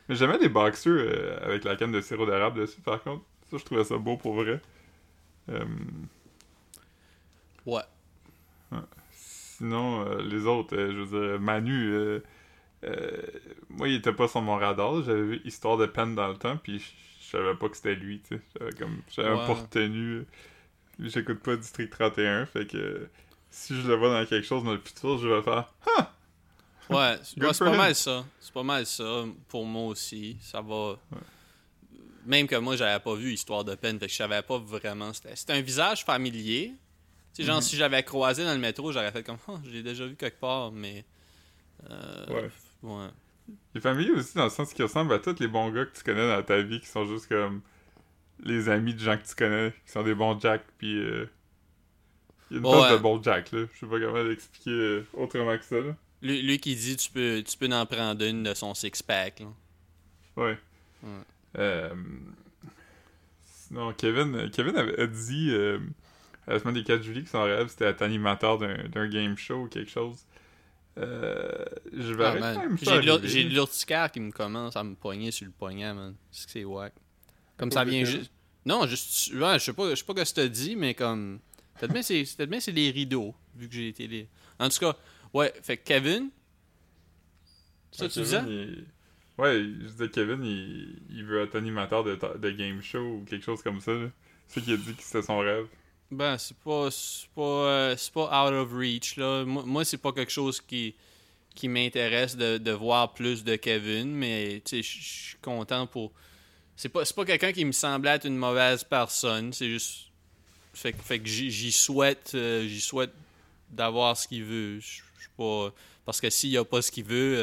Mais j'aimais les boxers avec la canne de sirop d'érable dessus, par contre. Ça, je trouvais ça beau pour vrai. Euh, Ouais. Sinon, les autres, je veux dire, Manu, moi, il était pas sur mon radar. J'avais vu Histoire de peine dans le temps, puis je savais pas que c'était lui, tu sais. J'avais Ouais. pas retenu. J'écoute pas District 31, fait que si je le vois dans quelque chose dans le futur, je vais faire Ouais, Good c'est for pas him. mal ça. C'est pas mal ça pour moi aussi. Ça va. Même que moi, j'avais pas vu Histoire de peine, fait que je savais pas vraiment. C'était un visage familier. Tu sais, genre, si j'avais croisé dans le métro, j'aurais fait comme, oh, je l'ai déjà vu quelque part, mais. Ouais. Ouais. Il est familier aussi dans le sens qu'il ressemble à tous les bons gars que tu connais dans ta vie qui sont juste comme les amis de gens que tu connais, qui sont des bons Jack, puis il y a une dose de Ouais. bons Jack, là. Je sais pas comment l'expliquer autrement que ça, là. Lui qui dit, tu peux en prendre une de son six-pack, là. Ouais. Ouais. Euh, Sinon, Kevin avait dit à la semaine des 4 juillet que son rêve c'était être animateur d'un game show ou quelque chose. Je Ah, verrais quand man. même ça J'ai arriver. de l'urticaire qui me commence à me pogner sur le poignet, man. C'est que c'est whack. Comme ça Cause de vient Kevin? juste. Non, juste. Ouais, je sais pas ce que tu dit, mais comme. Peut-être bien c'est les rideaux, vu que j'ai été les. En tout cas, ouais, fait que Kevin. C'est ça Ouais, que tu disais? Ouais, je disais Kevin, il veut être animateur de game show ou quelque chose comme ça, là. C'est ça qu'il a dit que c'était son rêve. Ben, c'est pas out of reach, là. Moi c'est pas quelque chose qui m'intéresse de voir plus de Kevin, mais tu sais, je suis content pour. C'est pas quelqu'un qui me semblait être une mauvaise personne, c'est juste. Fait que j'y souhaite d'avoir ce qu'il veut. Je suis pas. Parce que s'il a pas ce qu'il veut.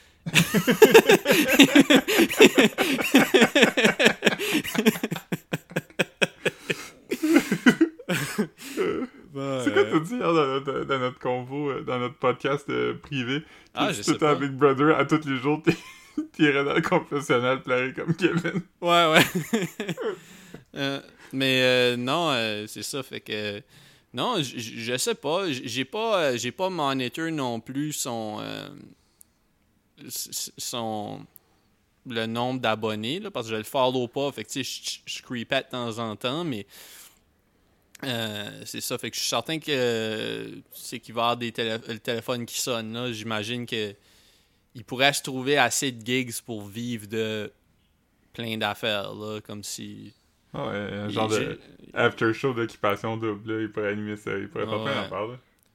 C'est quoi t'as dit hier dans notre convo, dans notre podcast privé? Ah, Que je si sais t'étais à pas. Big Brother, à tous les jours, t'irais dans le confessionnal pleurer comme Kevin. Ouais, ouais. Mais non, c'est ça. Fait que. Non, je sais pas. J'ai pas monitor non plus son le nombre d'abonnés, là, parce que je le follow pas. Fait que, tu sais, je creepais de temps en temps, mais c'est ça. Fait que je suis certain que c'est qu'il va y avoir le téléphone qui sonne, là. J'imagine que il pourrait se trouver assez de gigs pour vivre de plein d'affaires, là, comme si... Ouais, un genre j'ai- de after show d'occupation double, là, il pourrait animer ça, il pourrait faire plein ouais. d'affaires, là.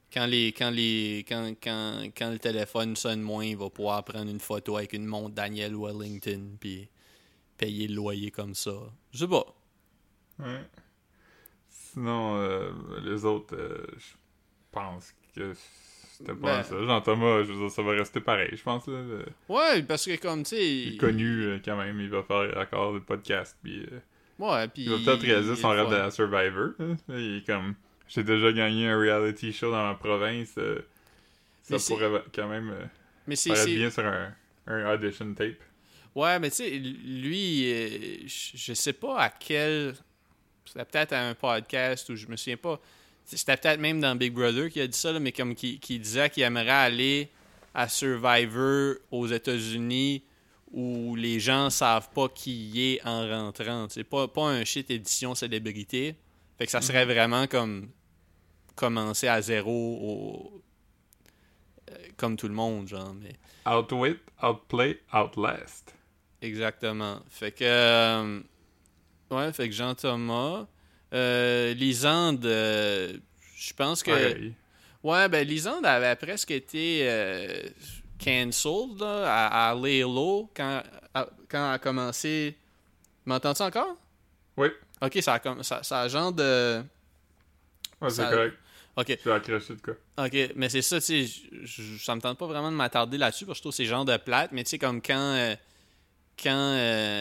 Quand le téléphone sonne moins, il va pouvoir prendre une photo avec une montre Daniel Wellington puis payer le loyer comme ça. Je sais pas. Ouais. Sinon, les autres, je pense que c'était pas Ben, ça. Jean-Thomas, je veux dire, ça va rester pareil, je pense, là. ouais, parce que comme, tu Il est sais... connu, quand même, il va faire encore des podcasts, puis Ouais, puis... il va peut-être réaliser son il est rêve de fun. la Survivor, là. Là, il est comme, j'ai déjà gagné un reality show dans ma province, ça Mais c'est... pourrait quand même Mais paraître bien sur un audition tape. Ouais, mais tu sais, lui, je sais pas à quel... C'était peut-être à un podcast où je me souviens pas. C'était peut-être même dans Big Brother qui a dit ça, là, mais comme qui disait qu'il aimerait aller à Survivor aux États-Unis où les gens savent pas qui il est en rentrant. C'est pas un shit édition célébrité. Fait que ça serait vraiment comme commencer à zéro comme tout le monde, genre. Mais Outwit, outplay, outlast. exactement. Fait que ouais, fait que Jean-Thomas. Lisande, je pense que. Pareil. Ouais, ben Lisande avait presque été cancelled là, à Lay Low quand elle a commencé. M'entends-tu encore? Oui, Ok, ça a genre de. ouais, c'est Ça, correct. ok, Je vais accrocher de quoi. ok, mais c'est ça, tu sais, ça me tente pas vraiment de m'attarder là-dessus parce que je trouve que c'est genre de plate, mais tu sais, comme quand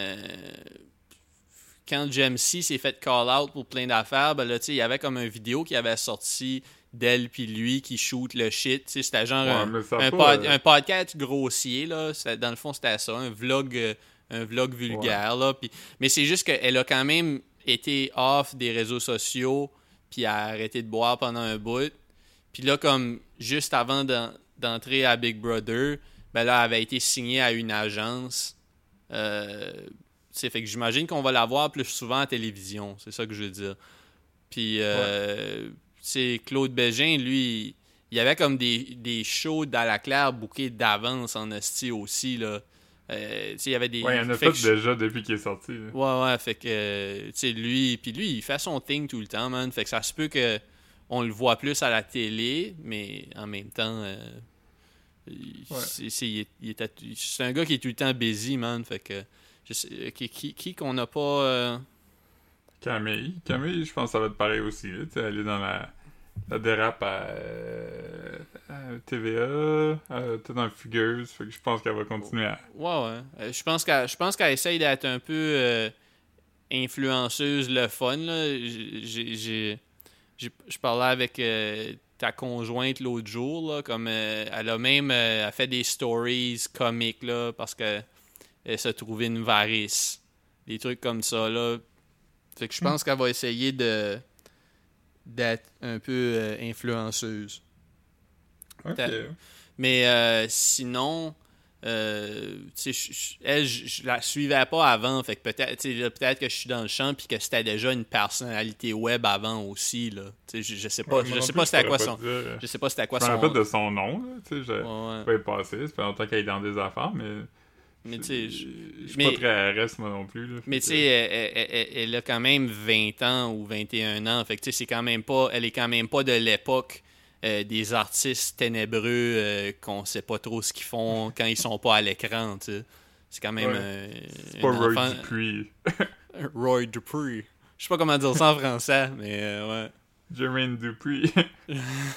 quand Jamesy s'est fait call out pour plein d'affaires, ben là, tu sais, il y avait comme une vidéo qui avait sorti d'elle puis lui qui shoot le shit. Tu sais, c'était genre Ouais, mais ça a un, pas, un podcast grossier, là. Dans le fond, c'était ça, un vlog vulgaire, là. Mais c'est juste qu'elle a quand même été off des réseaux sociaux puis a arrêté de boire pendant un bout. Puis là, comme juste avant d'entrer à Big Brother, ben là, elle avait été signée à une agence Fait que j'imagine qu'on va la voir plus souvent à la télévision. C'est ça que je veux dire. Puis, Claude Bégin, lui, il y avait comme des shows dans la claire bookés d'avance en esti aussi, là. Il y avait des... Ouais, il y en a fait déjà depuis qu'il est sorti. Là. Ouais, fait que, lui, il fait son thing tout le temps, man. Fait que ça se peut que on le voit plus à la télé, mais en même temps, c'est un gars qui est tout le temps busy, man. Fait que, je sais, qui qu'on n'a pas... Camille, je pense que ça va te pareil aussi. Tu sais, elle est dans la dérape à TVA, peut-être dans Fugueuse. Fait que je pense qu'elle va continuer à... Ouais. Je pense qu'elle essaye d'être un peu influenceuse, le fun, là. Je parlais avec ta conjointe l'autre jour, là, comme elle a même elle fait des stories comiques, là, parce que elle s'est trouvée une varice. Des trucs comme ça, là. Fait que je pense qu'elle va essayer d'être un peu influenceuse. Ok. Mais sinon, elle, je la suivais pas avant. Fait que peut-être que je suis dans le champ puis que c'était déjà une personnalité web avant aussi. Là. Je sais pas. Je sais pas c'était à quoi son. Je sais pas c'était à quoi son. Je me rappelle de son nom. Là, je vais y passer. Ça fait longtemps qu'elle est dans des affaires, mais tu sais, je suis pas très RS moi non plus. Là, mais tu sais, elle a quand même 20 ans ou 21 ans. Fait que tu sais, elle est quand même pas de l'époque des artistes ténébreux qu'on sait pas trop ce qu'ils font quand ils sont pas à l'écran. Tu sais. C'est quand même c'est pas Roy Dupuis. Roy Dupuis. Je sais pas comment dire ça en français, mais ouais. Jermaine Dupuis. Je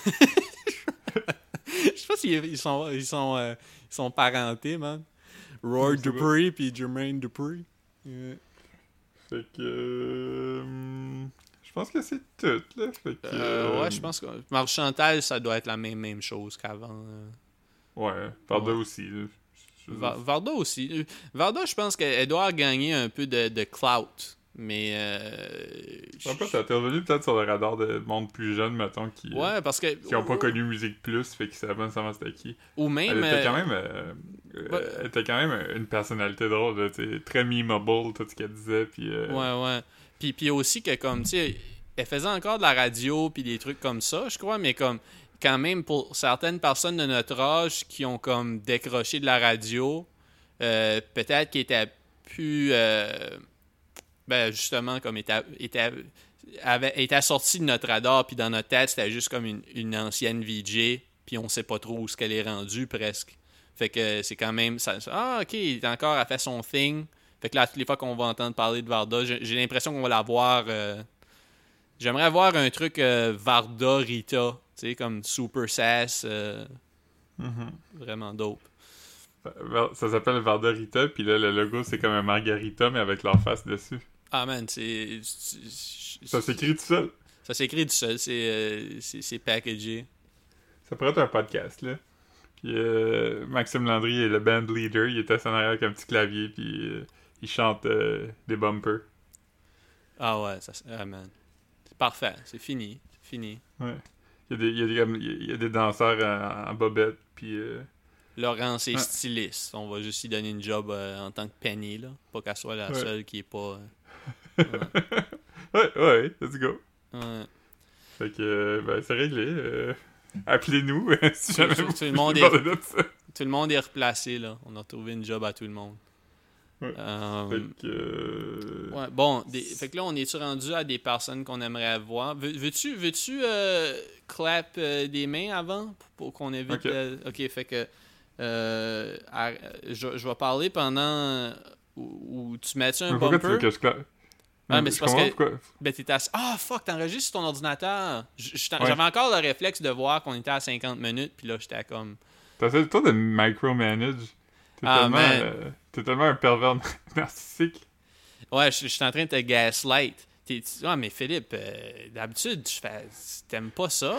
sais pas s'ils sont parentés, man. Roy Dupuis puis Jermaine Dupuis. Yeah. Fait que... je pense que c'est tout, là. Fait que, ouais, je pense que Marc Chantal, ça doit être la même chose qu'avant. Ouais, Varda aussi. Là. Varda aussi. Varda, je pense qu'elle doit gagner un peu de clout. Mais... en fait, ça t'est revenu peut-être sur le radar de monde plus jeune, mettons, qui ouais, parce que... qui ont pas connu Musique Plus, fait qu'ils savaient pas nécessairement c'était qui. Ou même... Elle était quand même une personnalité drôle, là, très memeable, tout ce qu'elle disait, puis... Ouais. Puis aussi que, comme, tu sais, elle faisait encore de la radio, puis des trucs comme ça, je crois, mais comme, quand même, pour certaines personnes de notre âge qui ont, comme, décroché de la radio, peut-être qu'ils étaient plus... justement, comme était sorti de notre radar, puis dans notre tête, c'était juste comme une ancienne VJ, puis on sait pas trop où ce qu'elle est rendue, presque. Fait que c'est quand même... ok, elle a fait son thing. Fait que là, toutes les fois qu'on va entendre parler de Varda, j'ai l'impression qu'on va la voir... j'aimerais avoir un truc Varda Rita, tu sais, comme Super Sass. Vraiment dope. Ça s'appelle Varda Rita, puis là, le logo, c'est comme un margarita, mais avec leur face dessus. Ah man, ça s'écrit tout seul. Ça s'écrit tout seul, c'est packagé. Ça pourrait être un podcast, là. Puis Maxime Landry est le band leader, il est assis en arrière avec un petit clavier, puis il chante des bumpers. Ah ouais, man. C'est parfait, c'est fini. Ouais. Il y a des danseurs en bobette, puis... Laurent, c'est styliste. On va juste lui donner une job en tant que Penny, là. Pas qu'elle soit la seule qui est pas... ouais, let's go. Ouais. Fait que, c'est réglé. Appelez-nous si jamais vous tout le monde est replacé, là. On a trouvé une job à tout le monde. Ouais. Fait que... ouais, bon, fait que là, on est-tu rendu à des personnes qu'on aimerait voir? Veux-tu clap des mains avant pour qu'on évite... Ok, fait que... je vais parler pendant où tu mets-tu un bumper? Pourquoi tu veux que je clappe? Ah, mais c'est parce que t'étais fuck, t'enregistres sur ton ordinateur. J'avais encore le réflexe de voir qu'on était à 50 minutes, puis là, j'étais comme... T'essaies toi de micromanage. T'es tellement un pervers narcissique. Ouais, je suis en train de te gaslight. Mais Philippe, d'habitude, t'aimes pas ça?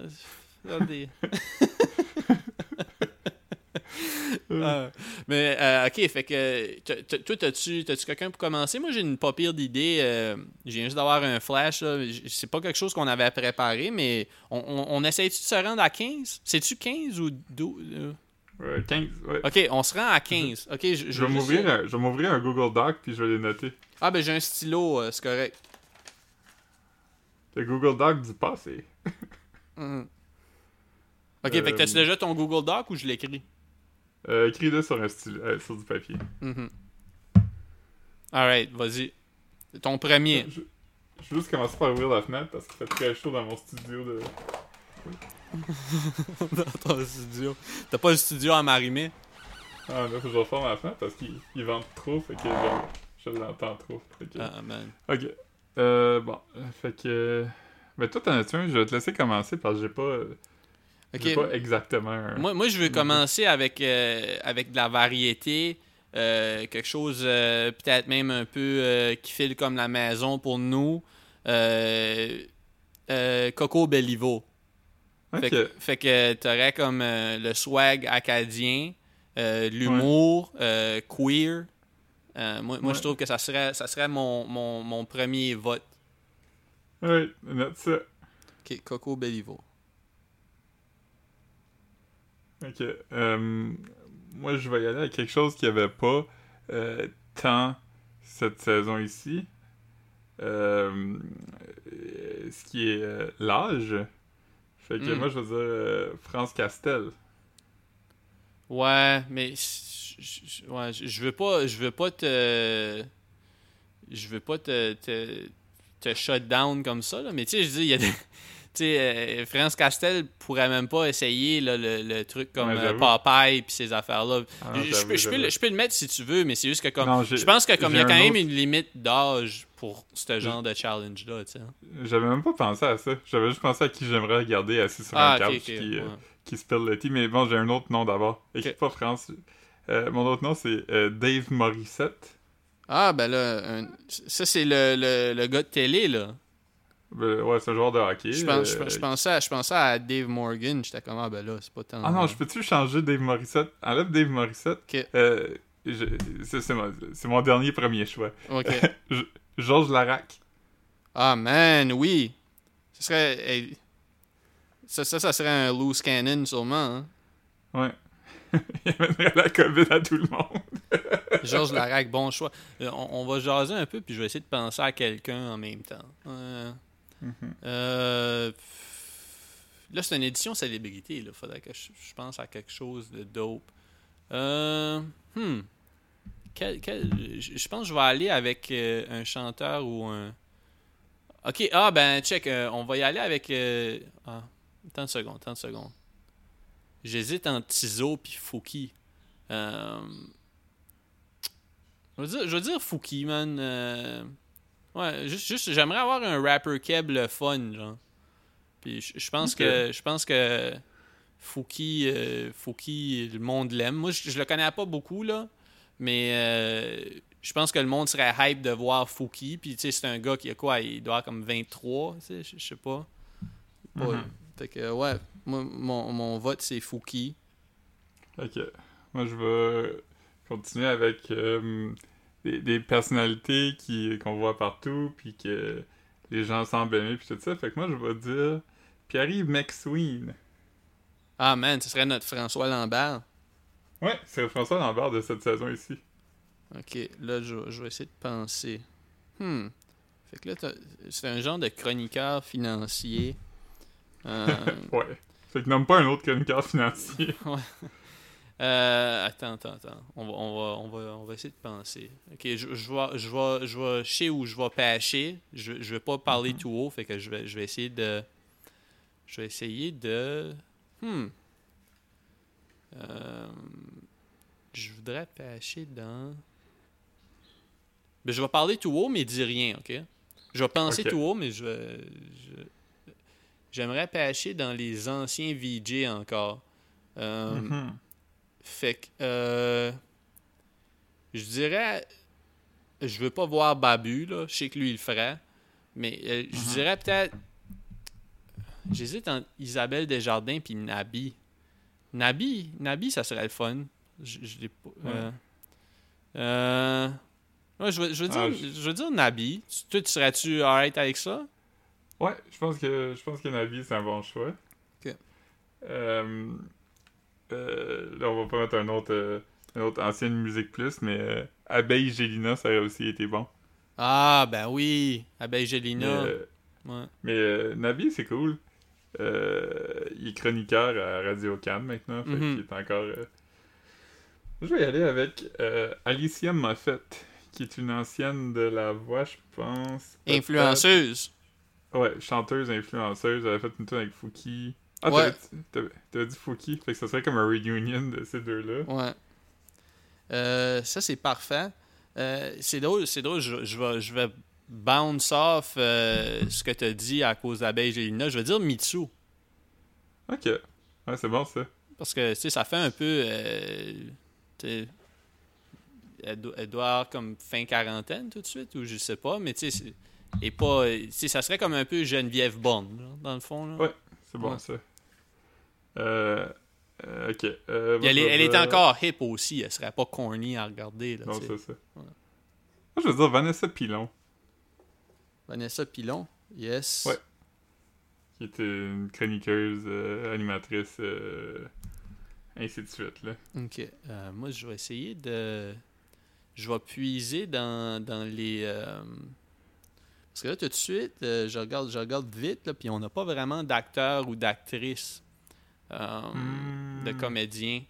Mais ok, fait que toi, t'as-tu quelqu'un pour commencer? Moi, j'ai une pas pire d'idée. Je viens juste d'avoir un flash. Là. C'est pas quelque chose qu'on avait préparé, mais on essaye-tu de se rendre à 15? C'est-tu 15 ou 12? 15, ouais. Ok, on se rend à 15. Ok, Je vais m'ouvrir un Google Doc puis je vais les noter. Ah, ben j'ai un stylo, c'est correct. Le Google Doc du passé. Mhm. Ok, fait que t'as déjà ton Google Doc ou je l'écris? Écris-le sur un stylo, sur du papier. Mhm. Alright, vas-y. Ton premier. Je vais juste commencer par ouvrir la fenêtre parce qu'il fait très chaud dans mon studio de... Dans ton studio. T'as pas le studio à Marimé? Ah, là, faut que je referme la fenêtre parce qu'il vente trop, fait que je l'entends trop. Fait que... Ah, man. Ok. Bon, fait que... Mais toi, t'en as-tu un? Je vais te laisser commencer parce que j'ai pas exactement un... Moi, je veux commencer avec de la variété. Quelque chose peut-être même un peu qui file comme la maison pour nous. Coco Bellivo. Ok. Fait que t'aurais comme le swag acadien, l'humour, queer. Moi je trouve que ça serait mon premier vote. Oui, note ça. Ok, Coco Bellivo. Ok. Moi, je vais y aller avec quelque chose qu'il n'y avait pas tant cette saison ici. Ce qui est l'âge. Fait que moi, je vais dire France Castel. Ouais, mais je veux pas te shut down comme ça là, mais tu sais je dis il y a des tu sais France Castel pourrait même pas essayer là, le truc comme Popeye puis ces affaires là. Je peux le mettre si tu veux, mais c'est juste que comme non, je pense que comme il y a quand même une limite d'âge pour ce genre de challenge là, tu sais. J'avais même pas pensé à ça. J'avais juste pensé à qui j'aimerais regarder assis sur un couch qui spill le tea. Mais bon, j'ai un autre nom d'abord. Écris pas France. Mon autre nom, c'est Dave Morissette. Ah, ben là, ça, c'est le gars de télé, là. Ouais, c'est un joueur de hockey. Je pensais à Dave Morgan. J'étais comme, ah, ben là, c'est pas tant... Ah non, je peux-tu changer Dave Morissette? Enlève Dave Morissette. OK. C'est mon dernier premier choix. OK. Georges Larac. Ah, man, oui. Ce serait... Hey, ça serait un loose cannon, sûrement, hein? Ouais. Il amènerait la COVID à tout le monde. Georges Larac, bon choix. On va jaser un peu, puis je vais essayer de penser à quelqu'un en même temps. Là, c'est une édition célébrité. Il faudrait que je pense à quelque chose de dope. Je pense que je vais aller avec un chanteur ou un... Ok, ben, check. On va y aller avec... Tant de secondes. J'hésite entre Tizo puis Fouki. Je veux dire Fouki, man. Ouais, juste j'aimerais avoir un rapper keb le fun, genre. Puis je pense que Fouki, le monde l'aime. Moi, je le connais pas beaucoup, là. Mais je pense que le monde serait hype de voir Fouki. Puis, tu sais, c'est un gars qui a quoi? Il doit avoir comme 23, tu sais, je sais pas. Fait que, ouais, moi, mon vote, c'est Fouki. Ok. Moi, je vais continuer avec des personnalités qu'on voit partout, puis que les gens semblent aimer, puis tout ça. Fait que moi, je vais dire Pierre-Yves McSween. Ah, man, ce serait notre François Lambert. Ouais, c'est François Lambert de cette saison ici. Ok, là, je vais essayer de penser. Fait que là, c'est un genre de chroniqueur financier. Ouais. Fait que nomme pas un autre chroniqueur financier. Ouais. Attends. On va essayer de penser. Ok, je sais où je vais pêcher. Je vais pas parler tout haut, fait que je vais essayer de. Je voudrais pêcher dans. Ben, je vais parler tout haut, mais dis rien, ok? Je vais penser tout haut, mais j'aimerais pêcher dans les anciens VJ encore. Fait que je dirais, je veux pas voir Babu, là. Je sais que lui il le ferait, mais je dirais peut-être, j'hésite entre Isabelle Desjardins puis Nabi. Nabi, ça serait le fun. Je l'ai pas. Ouais, je veux dire Nabi. Toi, serais-tu alright avec ça? Ouais, je pense que Nabi c'est un bon choix. Ok. là, on va pas mettre une autre ancienne musique plus, mais Abeille Gélina, ça aurait aussi été bon. Ah, ben oui, Abeille Mais, Gélina. Ouais. Nabi, c'est cool. Il est chroniqueur à Radio Cannes maintenant, fait qu'il Mhm. est encore... Je vais y aller avec Alicia Moffett, qui est une ancienne de La Voix, je pense. Peut-être. Influenceuse. Ouais, chanteuse, influenceuse. Elle a fait une tune avec Fouki. Ah, Ouais, t'avais dit Fouki, fait que ça serait comme un reunion de ces deux-là. ouais. Ça, c'est parfait. C'est drôle, je vais bounce off ce que tu as dit à cause d'Abeille Gélina. Je vais dire Mitsu. Ok. Ouais, c'est bon ça. Parce que, tu sais, ça fait un peu... tu sais, elle doit avoir comme fin quarantaine tout de suite, ou je sais pas, mais tu sais, et pas... Tu sais, ça serait comme un peu Geneviève Bonne, là, dans le fond, là. Ouais, c'est bon Ouais. ça. Euh, ok. Puis Moi, je vais elle est dire... encore hip aussi, elle serait pas corny à regarder, là, Non, tu sais. c'est ça. Ouais. Moi, je vais dire Vanessa Pilon, Vanessa Pilon, yes. Ouais. qui est une chroniqueuse, animatrice, ainsi de suite, là. Ok. Moi, je vais essayer de... Je vais puiser dans les... Parce que là, tout de suite, je regarde vite, là, puis on n'a pas vraiment d'acteur ou d'actrice, de comédien.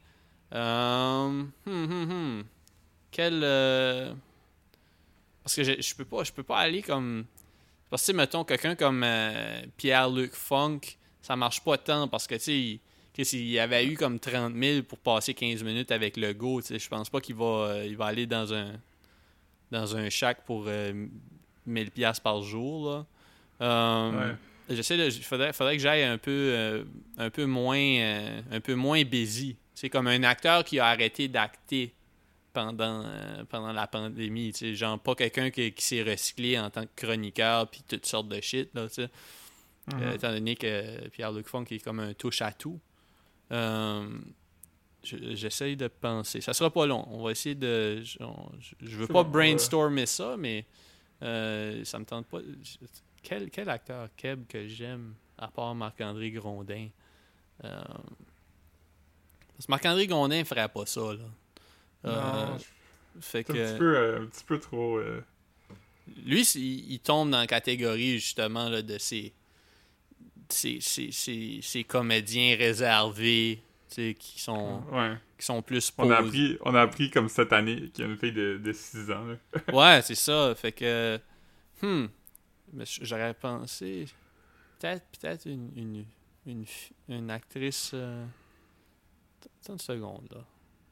Quel... Parce que je peux pas aller comme... Parce que, tu sais, mettons, quelqu'un comme Pierre-Luc Funk, ça marche pas tant, parce que, tu sais, s'il avait eu comme 30 000 pour passer 15 minutes avec le go, tu sais, je pense pas il va aller dans un shack pour 1000 pièces par jour, là. Ouais. Faudrait que j'aille un peu moins busy. C'est comme un acteur qui a arrêté d'acter pendant la pandémie, tu sais, genre pas quelqu'un qui s'est recyclé en tant que chroniqueur puis toutes sortes de shit, là, tu sais. Étant donné que Pierre-Luc Funk est comme un touche-à-tout. J'essaye de penser. Ça sera pas long. On va essayer de... Je veux C'est pas bon, brainstormer ça, mais ça me tente pas. Quel acteur Keb que j'aime, à part Marc-André Grondin? Parce que Marc-André Grondin ferait pas ça, là. Non, Fait c'est que... un petit peu trop... Lui, il tombe dans la catégorie, justement, là, de ces comédiens réservés, tu sais, Ouais. qui sont plus On a appris comme cette année qu'il y a une fille de 6 ans, là. Ouais, c'est ça. Fait que... Mais j'aurais pensé... Peut-être une actrice... Attends une seconde, là.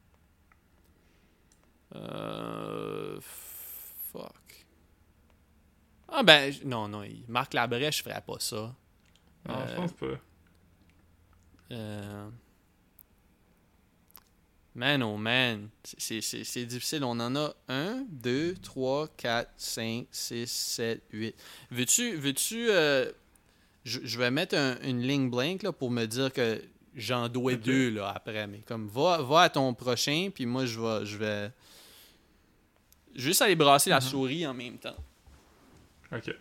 Fuck. Ah ben, non, Marc Labrèche ferait pas ça. Non, je pense pas. Man, oh man. C'est difficile. On en a 1, 2, 3, 4, 5, 6, 7, 8. Veux-tu je vais mettre une ligne blank là, pour me dire que j'en dois Ok. 2 là, après. Mais comme, va à ton prochain, puis moi, je vais juste aller brasser la souris en même temps. Ok.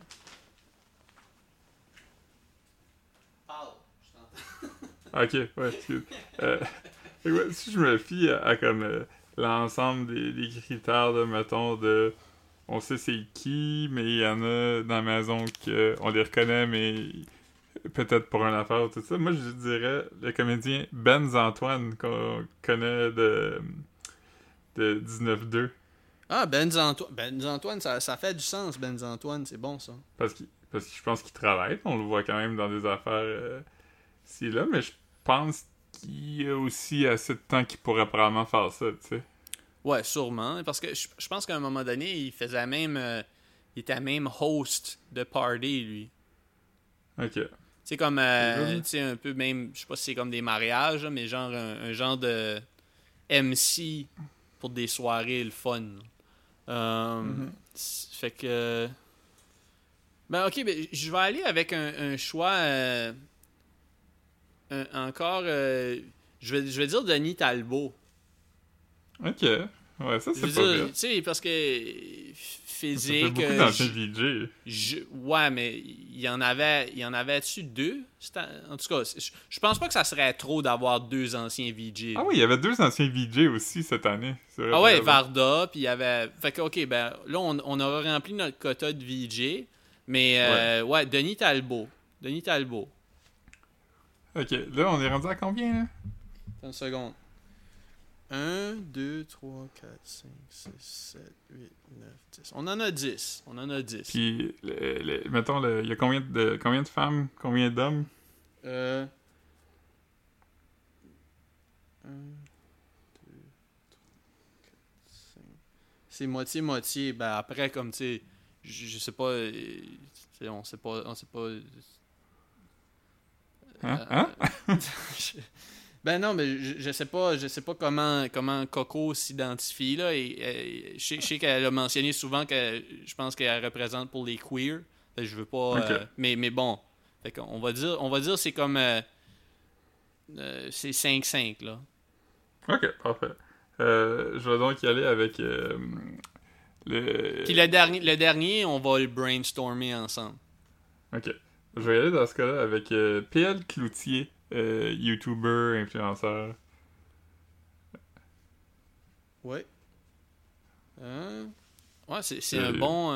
Parle, je t'entends. Ok, ouais, excuse. Fait que ouais, si je me fie à comme l'ensemble des critères de, mettons, de... On sait c'est qui, mais il y en a dans la maison qu'on les reconnaît, mais peut-être pour une affaire, tout ça. Moi, je dirais le comédien Benz Antoine, qu'on connaît de 19-2. Ah, Benz Antoine, ça fait du sens, Benz Antoine, c'est bon ça. Parce que je pense qu'il travaille. On le voit quand même dans des affaires ci là, mais je pense qu'il y a aussi assez de temps qu'il pourrait probablement faire ça, tu sais. Ouais, sûrement. Parce que je pense qu'à un moment donné, il était même host de party, lui. Ok. C'est comme, C'est tu sais, un peu même, je sais pas si c'est comme des mariages, là, mais genre un genre de MC pour des soirées, le fun. Fait que... Ben ok, ben, je vais aller avec un choix encore... je vais dire Denis Talbot. Ok. Ouais, ça, Je c'est veux pas dire, bête. tu sais, parce que physique. Ça fait beaucoup d'anciens VJ. Ouais, mais il y en avait-tu deux? En tout cas, je pense pas que ça serait trop d'avoir deux anciens VJ. Ah oui, il y avait 2 anciens VJ aussi cette année. Ah ouais, Varda, puis il y avait... Fait que, ok, ben là, on aura rempli notre quota de VJ, mais ouais, Denis Talbot. Ok, là, on est rendu à combien, là? Attends une seconde. 1, 2, 3, 4, 5, 6, 7, 8, 9, 10. On en a 10. Puis, mettons, il y a combien de femmes, combien d'hommes? 1, 2, 3, 4, 5. C'est moitié-moitié. Ben après, comme tu sais, je sais pas. On sait pas. Hein? Ben non, mais je sais pas comment Coco s'identifie là, et je sais qu'elle a mentionné souvent que je pense qu'elle représente pour les queers. Fait que je veux pas Okay. mais bon. Fait qu'on va dire c'est comme c'est 5-5 là. Ok, parfait. Je vais donc y aller avec Puis le dernier, on va le brainstormer ensemble. Ok. Je vais y aller dans ce cas-là avec PL Cloutier, YouTuber, influenceur. Ouais. Ouais, c'est un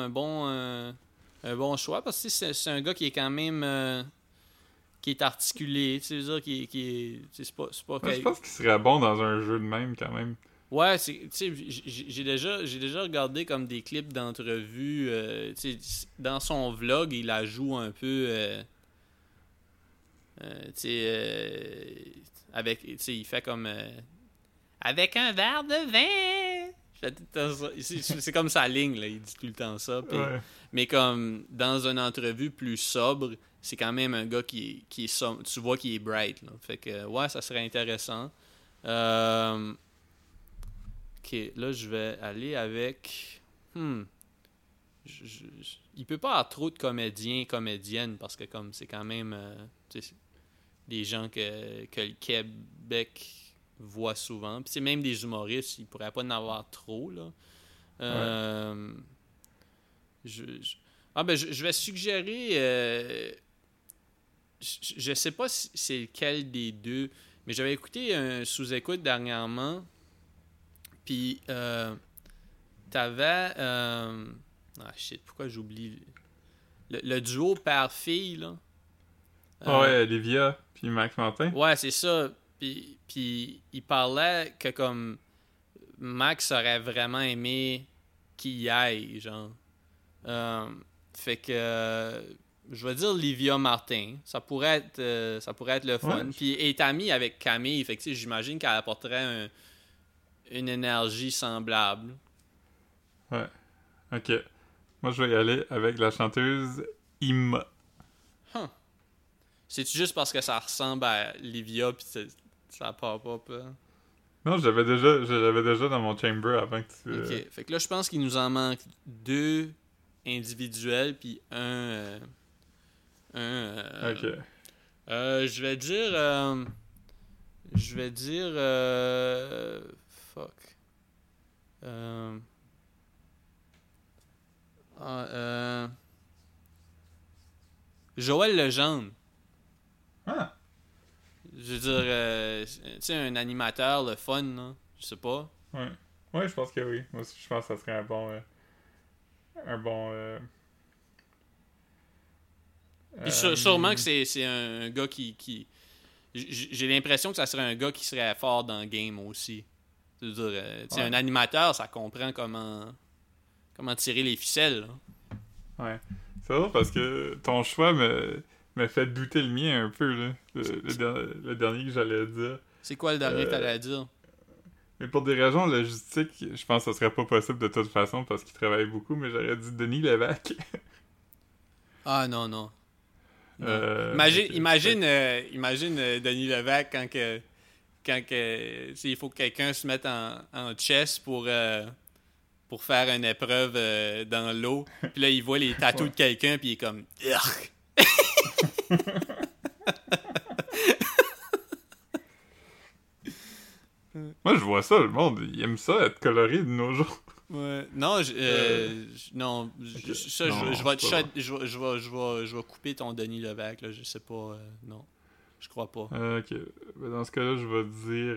bon choix parce que c'est un gars qui est quand même qui est articulé, tu sais, dire c'est pas Ouais, je pense qu'il serait bon dans un jeu de même quand même. Ouais, tu sais, j'ai déjà regardé comme des clips d'entrevues, tu sais, dans son vlog, il la joue un peu tu sais avec, tu sais, il fait comme avec un verre de vin. C'est comme sa ligne là, il dit tout le temps ça. Pis, Ouais. mais comme dans une entrevue plus sobre, c'est quand même un gars qui est tu vois qu'il est bright là. Fait que ouais, ça serait intéressant. Ok, là je vais aller avec il peut pas avoir trop de comédiennes parce que comme c'est quand même tu sais, des gens que le Québec voit souvent. Puis c'est même des humoristes, il pourrait pas en avoir trop là. Je vais suggérer je sais pas si c'est lequel des deux, mais j'avais écouté un sous-écoute dernièrement. Puis t'avais shit, pourquoi j'oublie le duo père-fille là. Ouais, Olivia puis Max Martin. Ouais, c'est ça. Puis il parlait que comme Max aurait vraiment aimé qu'il y aille, genre. Fait que je vais dire Livia Martin. Ça pourrait être le fun. Ouais. Puis elle est amie avec Camille. Fait que j'imagine qu'elle apporterait une énergie semblable. Ouais. Ok. Moi, je vais y aller avec la chanteuse Imma. C'est-tu juste parce que ça ressemble à Livia puis ça part pas? Non, je l'avais déjà dans mon chamber avant que tu... Ok. Fait que là, je pense qu'il nous en manque 2 individuels puis un... Ok. Je vais dire... fuck. Joël Legendre. Ah! Je veux dire, tu sais, un animateur, le fun, là. Je sais pas. Ouais. Ouais, je pense que oui. Moi aussi, je pense que ça serait un bon... Puis sûrement que c'est un gars qui... J'ai l'impression que ça serait un gars qui serait fort dans le game aussi. C'est-à-dire, tu sais, un animateur, ça comprend comment tirer les ficelles, là. Ouais. C'est drôle parce que ton choix me fait douter le mien un peu, là. Le dernier que j'allais dire. C'est quoi le dernier que t'allais dire? Mais pour des raisons logistiques, je pense que ce serait pas possible de toute façon parce qu'il travaille beaucoup, mais j'aurais dit Denis Lévesque. Ah non. Imagine Denis Lévesque quand il faut que quelqu'un se mette en chess pour faire une épreuve dans l'eau. Puis là, il voit les tatous de quelqu'un, puis il est comme... Moi, je vois ça, le monde, il aime ça, être coloré de nos jours. Ouais. Non, non, ça, non, je vais c'est pas bon. je vais couper ton Denis Levac, là, je sais pas, non, je crois pas. Ok. Ben, dans ce cas-là, je vais dire...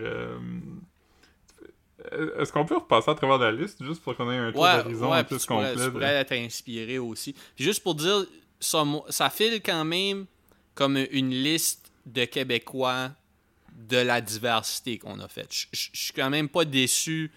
Est-ce qu'on peut repasser à travers la liste juste pour qu'on ait un tour d'horizon un Puis peu complet? tu pourrais être inspiré aussi. Puis juste pour dire, ça file quand même comme une liste de Québécois de la diversité qu'on a faite. Je suis quand même pas déçu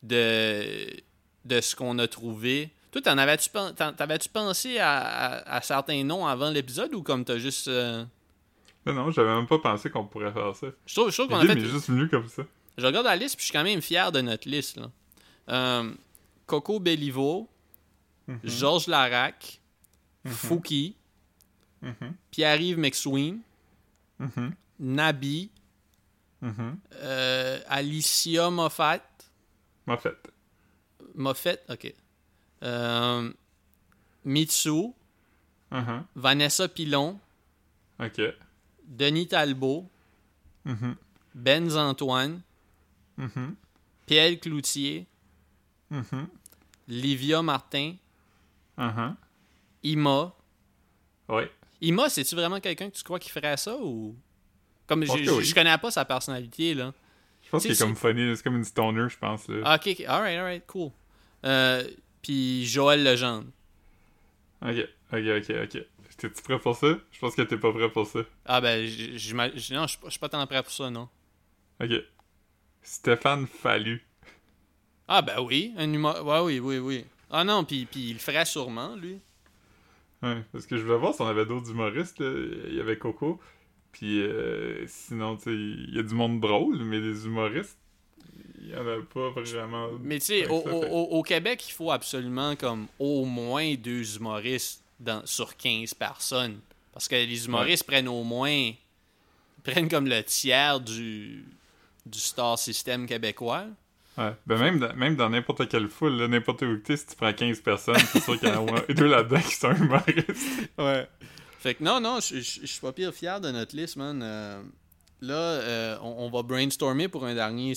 de ce qu'on a trouvé. Toi, t'avais-tu pensé à certains noms avant l'épisode ou comme t'as juste... Mais non, j'avais même pas pensé qu'on pourrait faire ça. Je trouve qu'on a L'idée fait... m'est juste venue comme ça. Je regarde la liste puis je suis quand même fier de notre liste, là. Coco Bellivo, Georges Larac, Fouki, Pierre-Yves McSween, Nabi, Alicia Moffett, ok. Mitsu, Vanessa Pilon, Ok. Denis Talbot, Benz Antoine, Pierre Cloutier, Livia Martin, Ima. Ouais. Ima, c'est-tu vraiment quelqu'un que tu crois qui ferait ça ou... Comme pense que oui. je connais pas sa personnalité, là. Je pense qu'il est comme funny, c'est comme une stoner, je pense. Là. Ah, ok, alright, cool. Puis Joël Legendre. Ok. T'es-tu prêt pour ça? Je pense que t'es pas prêt pour ça. Ah ben, non, je suis pas tant prêt pour ça, non. Ok. Stéphane Fallu. Ah ben oui, un humour... Ouais, oui. Ah non, puis il le ferait sûrement, lui. Ouais, parce que je voulais voir si on avait d'autres humoristes. Là. Il y avait Coco. Puis sinon, tu sais, il y a du monde drôle, mais des humoristes, il y en a pas vraiment. Mais tu sais, au Québec, il faut absolument comme au moins 2 humoristes sur 15 personnes. Parce que les humoristes prennent au moins... prennent comme le tiers du star system québécois. Ouais, ben même dans n'importe quelle foule, là, n'importe où que t'es, si tu prends 15 personnes, c'est sûr qu'il y en a au moins 2 là-dedans qui sont humoristes. Ouais. Fait que non, je suis pas pire fier de notre liste, man. Là, on va brainstormer pour un dernier.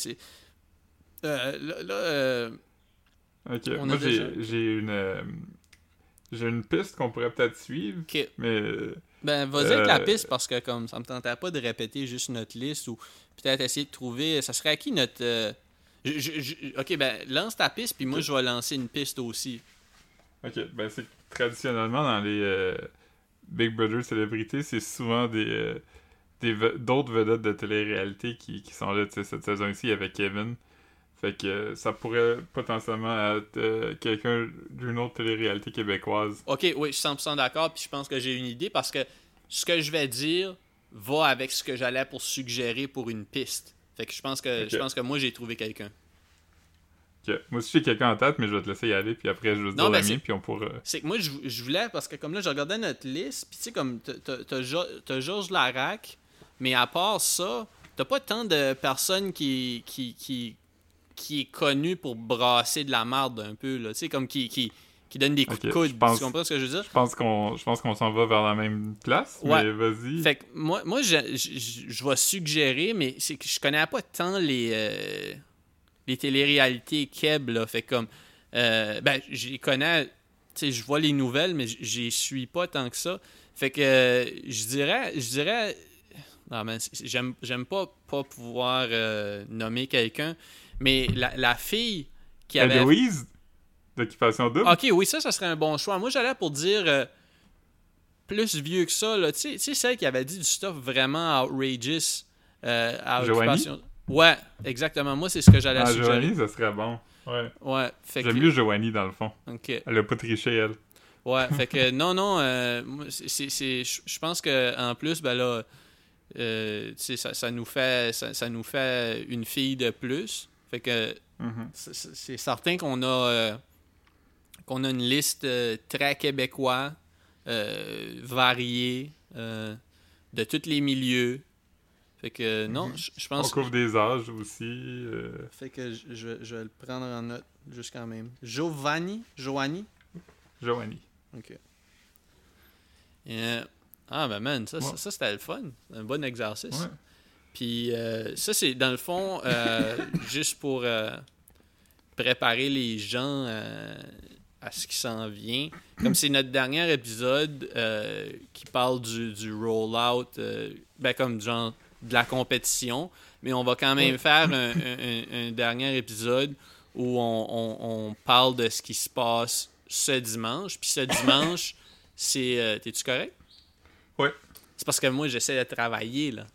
Ok, on moi a déjà... j'ai une piste qu'on pourrait peut-être suivre, Ok. mais... Ben, vas-y avec la piste, parce que comme ça me tentait pas de répéter juste notre liste, ou peut-être essayer de trouver... Ça serait à qui notre... Ok, ben, lance ta piste, puis moi, je vais lancer une piste aussi. Ok, ben c'est traditionnellement dans les Big Brother célébrités, c'est souvent d'autres vedettes de télé-réalité qui sont là, tu sais, cette saison-ci avec Kevin. Fait que ça pourrait potentiellement être quelqu'un d'une autre télé-réalité québécoise. Ok, oui, je suis 100% d'accord, puis je pense que j'ai une idée, parce que ce que je vais dire va avec ce que j'allais pour suggérer pour une piste. Fait que je pense que moi, j'ai trouvé quelqu'un. Okay. Moi aussi, j'ai quelqu'un en tête, mais je vais te laisser y aller, puis après, je vais te dire le mien, puis on pourra... C'est que moi, je voulais, parce que comme là, je regardais notre liste, puis tu sais, comme t'as Georges Larac, mais à part ça, t'as pas tant de personnes qui est connu pour brasser de la merde un peu, là. Tu sais, comme qui donne des coups de coude. Tu comprends ce que je veux dire? Je pense qu'on s'en va vers la même place, ouais. Mais vas-y. Fait que moi je vais suggérer, mais c'est que je connais pas tant les téléréalités Keb, là. Fait que comme... ben, j'y connais... Tu sais, je vois les nouvelles, mais j'y suis pas tant que ça. Fait que je dirais... Non, mais j'aime pas pouvoir nommer quelqu'un, mais la fille qui avait... Louise d'Occupation Double? Ok, oui, ça serait un bon choix. Moi, j'allais pour dire plus vieux que ça. Là. Tu sais, celle qui avait dit du stuff vraiment outrageous à Occupation... Ouais, exactement. Moi, c'est ce que j'allais suggérer. Joanie, ça serait bon. Ouais. J'aime mieux Joanie, dans le fond. Okay. Elle a pas triché, elle. Ouais, fait que non, je pense que en plus, ben là... ça nous fait une fille de plus. Fait que c'est certain qu'on a une liste très québécois, variée, de tous les milieux. Fait que non, je pense... On couvre des âges aussi. Fait que je vais le prendre en note juste quand même. Joanie. Ok. Ah, ben man, ça c'était le fun. Un bon exercice. Ouais. Puis ça, c'est dans le fond, juste pour préparer les gens à ce qui s'en vient. Comme c'est notre dernier épisode qui parle du roll-out, comme genre de la compétition, mais on va quand même faire un dernier épisode où on parle de ce qui se passe ce dimanche. Puis ce dimanche, c'est... T'es-tu correct? Ouais. C'est parce que moi, j'essaie de travailler, là.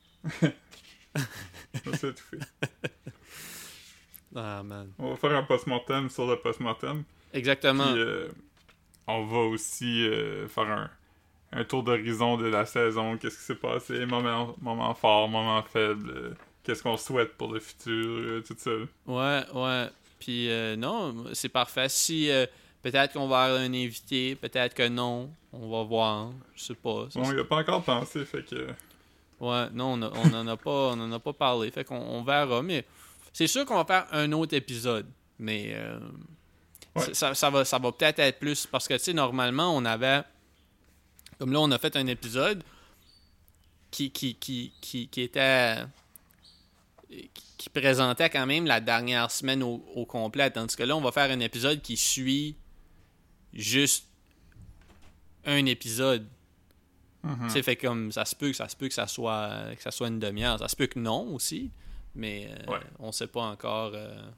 C'est tout fait. Ah, man. On va faire un post-mortem sur le post-mortem. Exactement. Puis, on va aussi faire un tour d'horizon de la saison. Qu'est-ce qui s'est passé? Moment fort, moment faible. Qu'est-ce qu'on souhaite pour le futur? Tout ça. Ouais. Puis, non, c'est parfait. Si peut-être qu'on va avoir un invité, peut-être que non. On va voir. Je sais pas. Bon, il a pas encore pensé, fait que... Ouais, non, on en a pas parlé. Fait qu'on verra. Mais c'est sûr qu'on va faire un autre épisode. Mais ça va peut-être être plus. Parce que, tu sais, normalement, on avait... Comme là, on a fait un épisode qui était... qui présentait quand même la dernière semaine au complet. Tandis que là, on va faire un épisode qui suit juste un épisode. Mm-hmm. Tu sais, fait comme ça se peut que ça soit une demi-heure. Ça se peut que non aussi, mais on sait pas encore.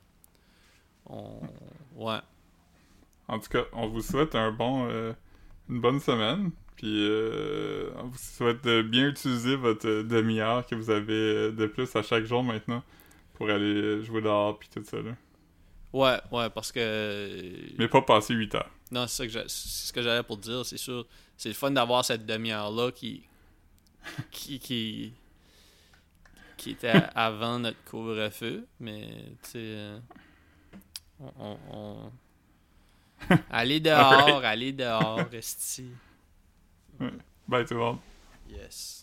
Ouais. En tout cas, on vous souhaite une bonne semaine. Puis on vous souhaite de bien utiliser votre demi-heure que vous avez de plus à chaque jour maintenant pour aller jouer dehors puis tout ça là. Ouais, parce que... Mais pas passer 8 heures. Non, c'est ce que j'allais pour te dire, c'est sûr. C'est le fun d'avoir cette demi-heure-là qui était avant notre couvre-feu, mais tu sais, allez dehors, esti. Bye tout le monde. Yes.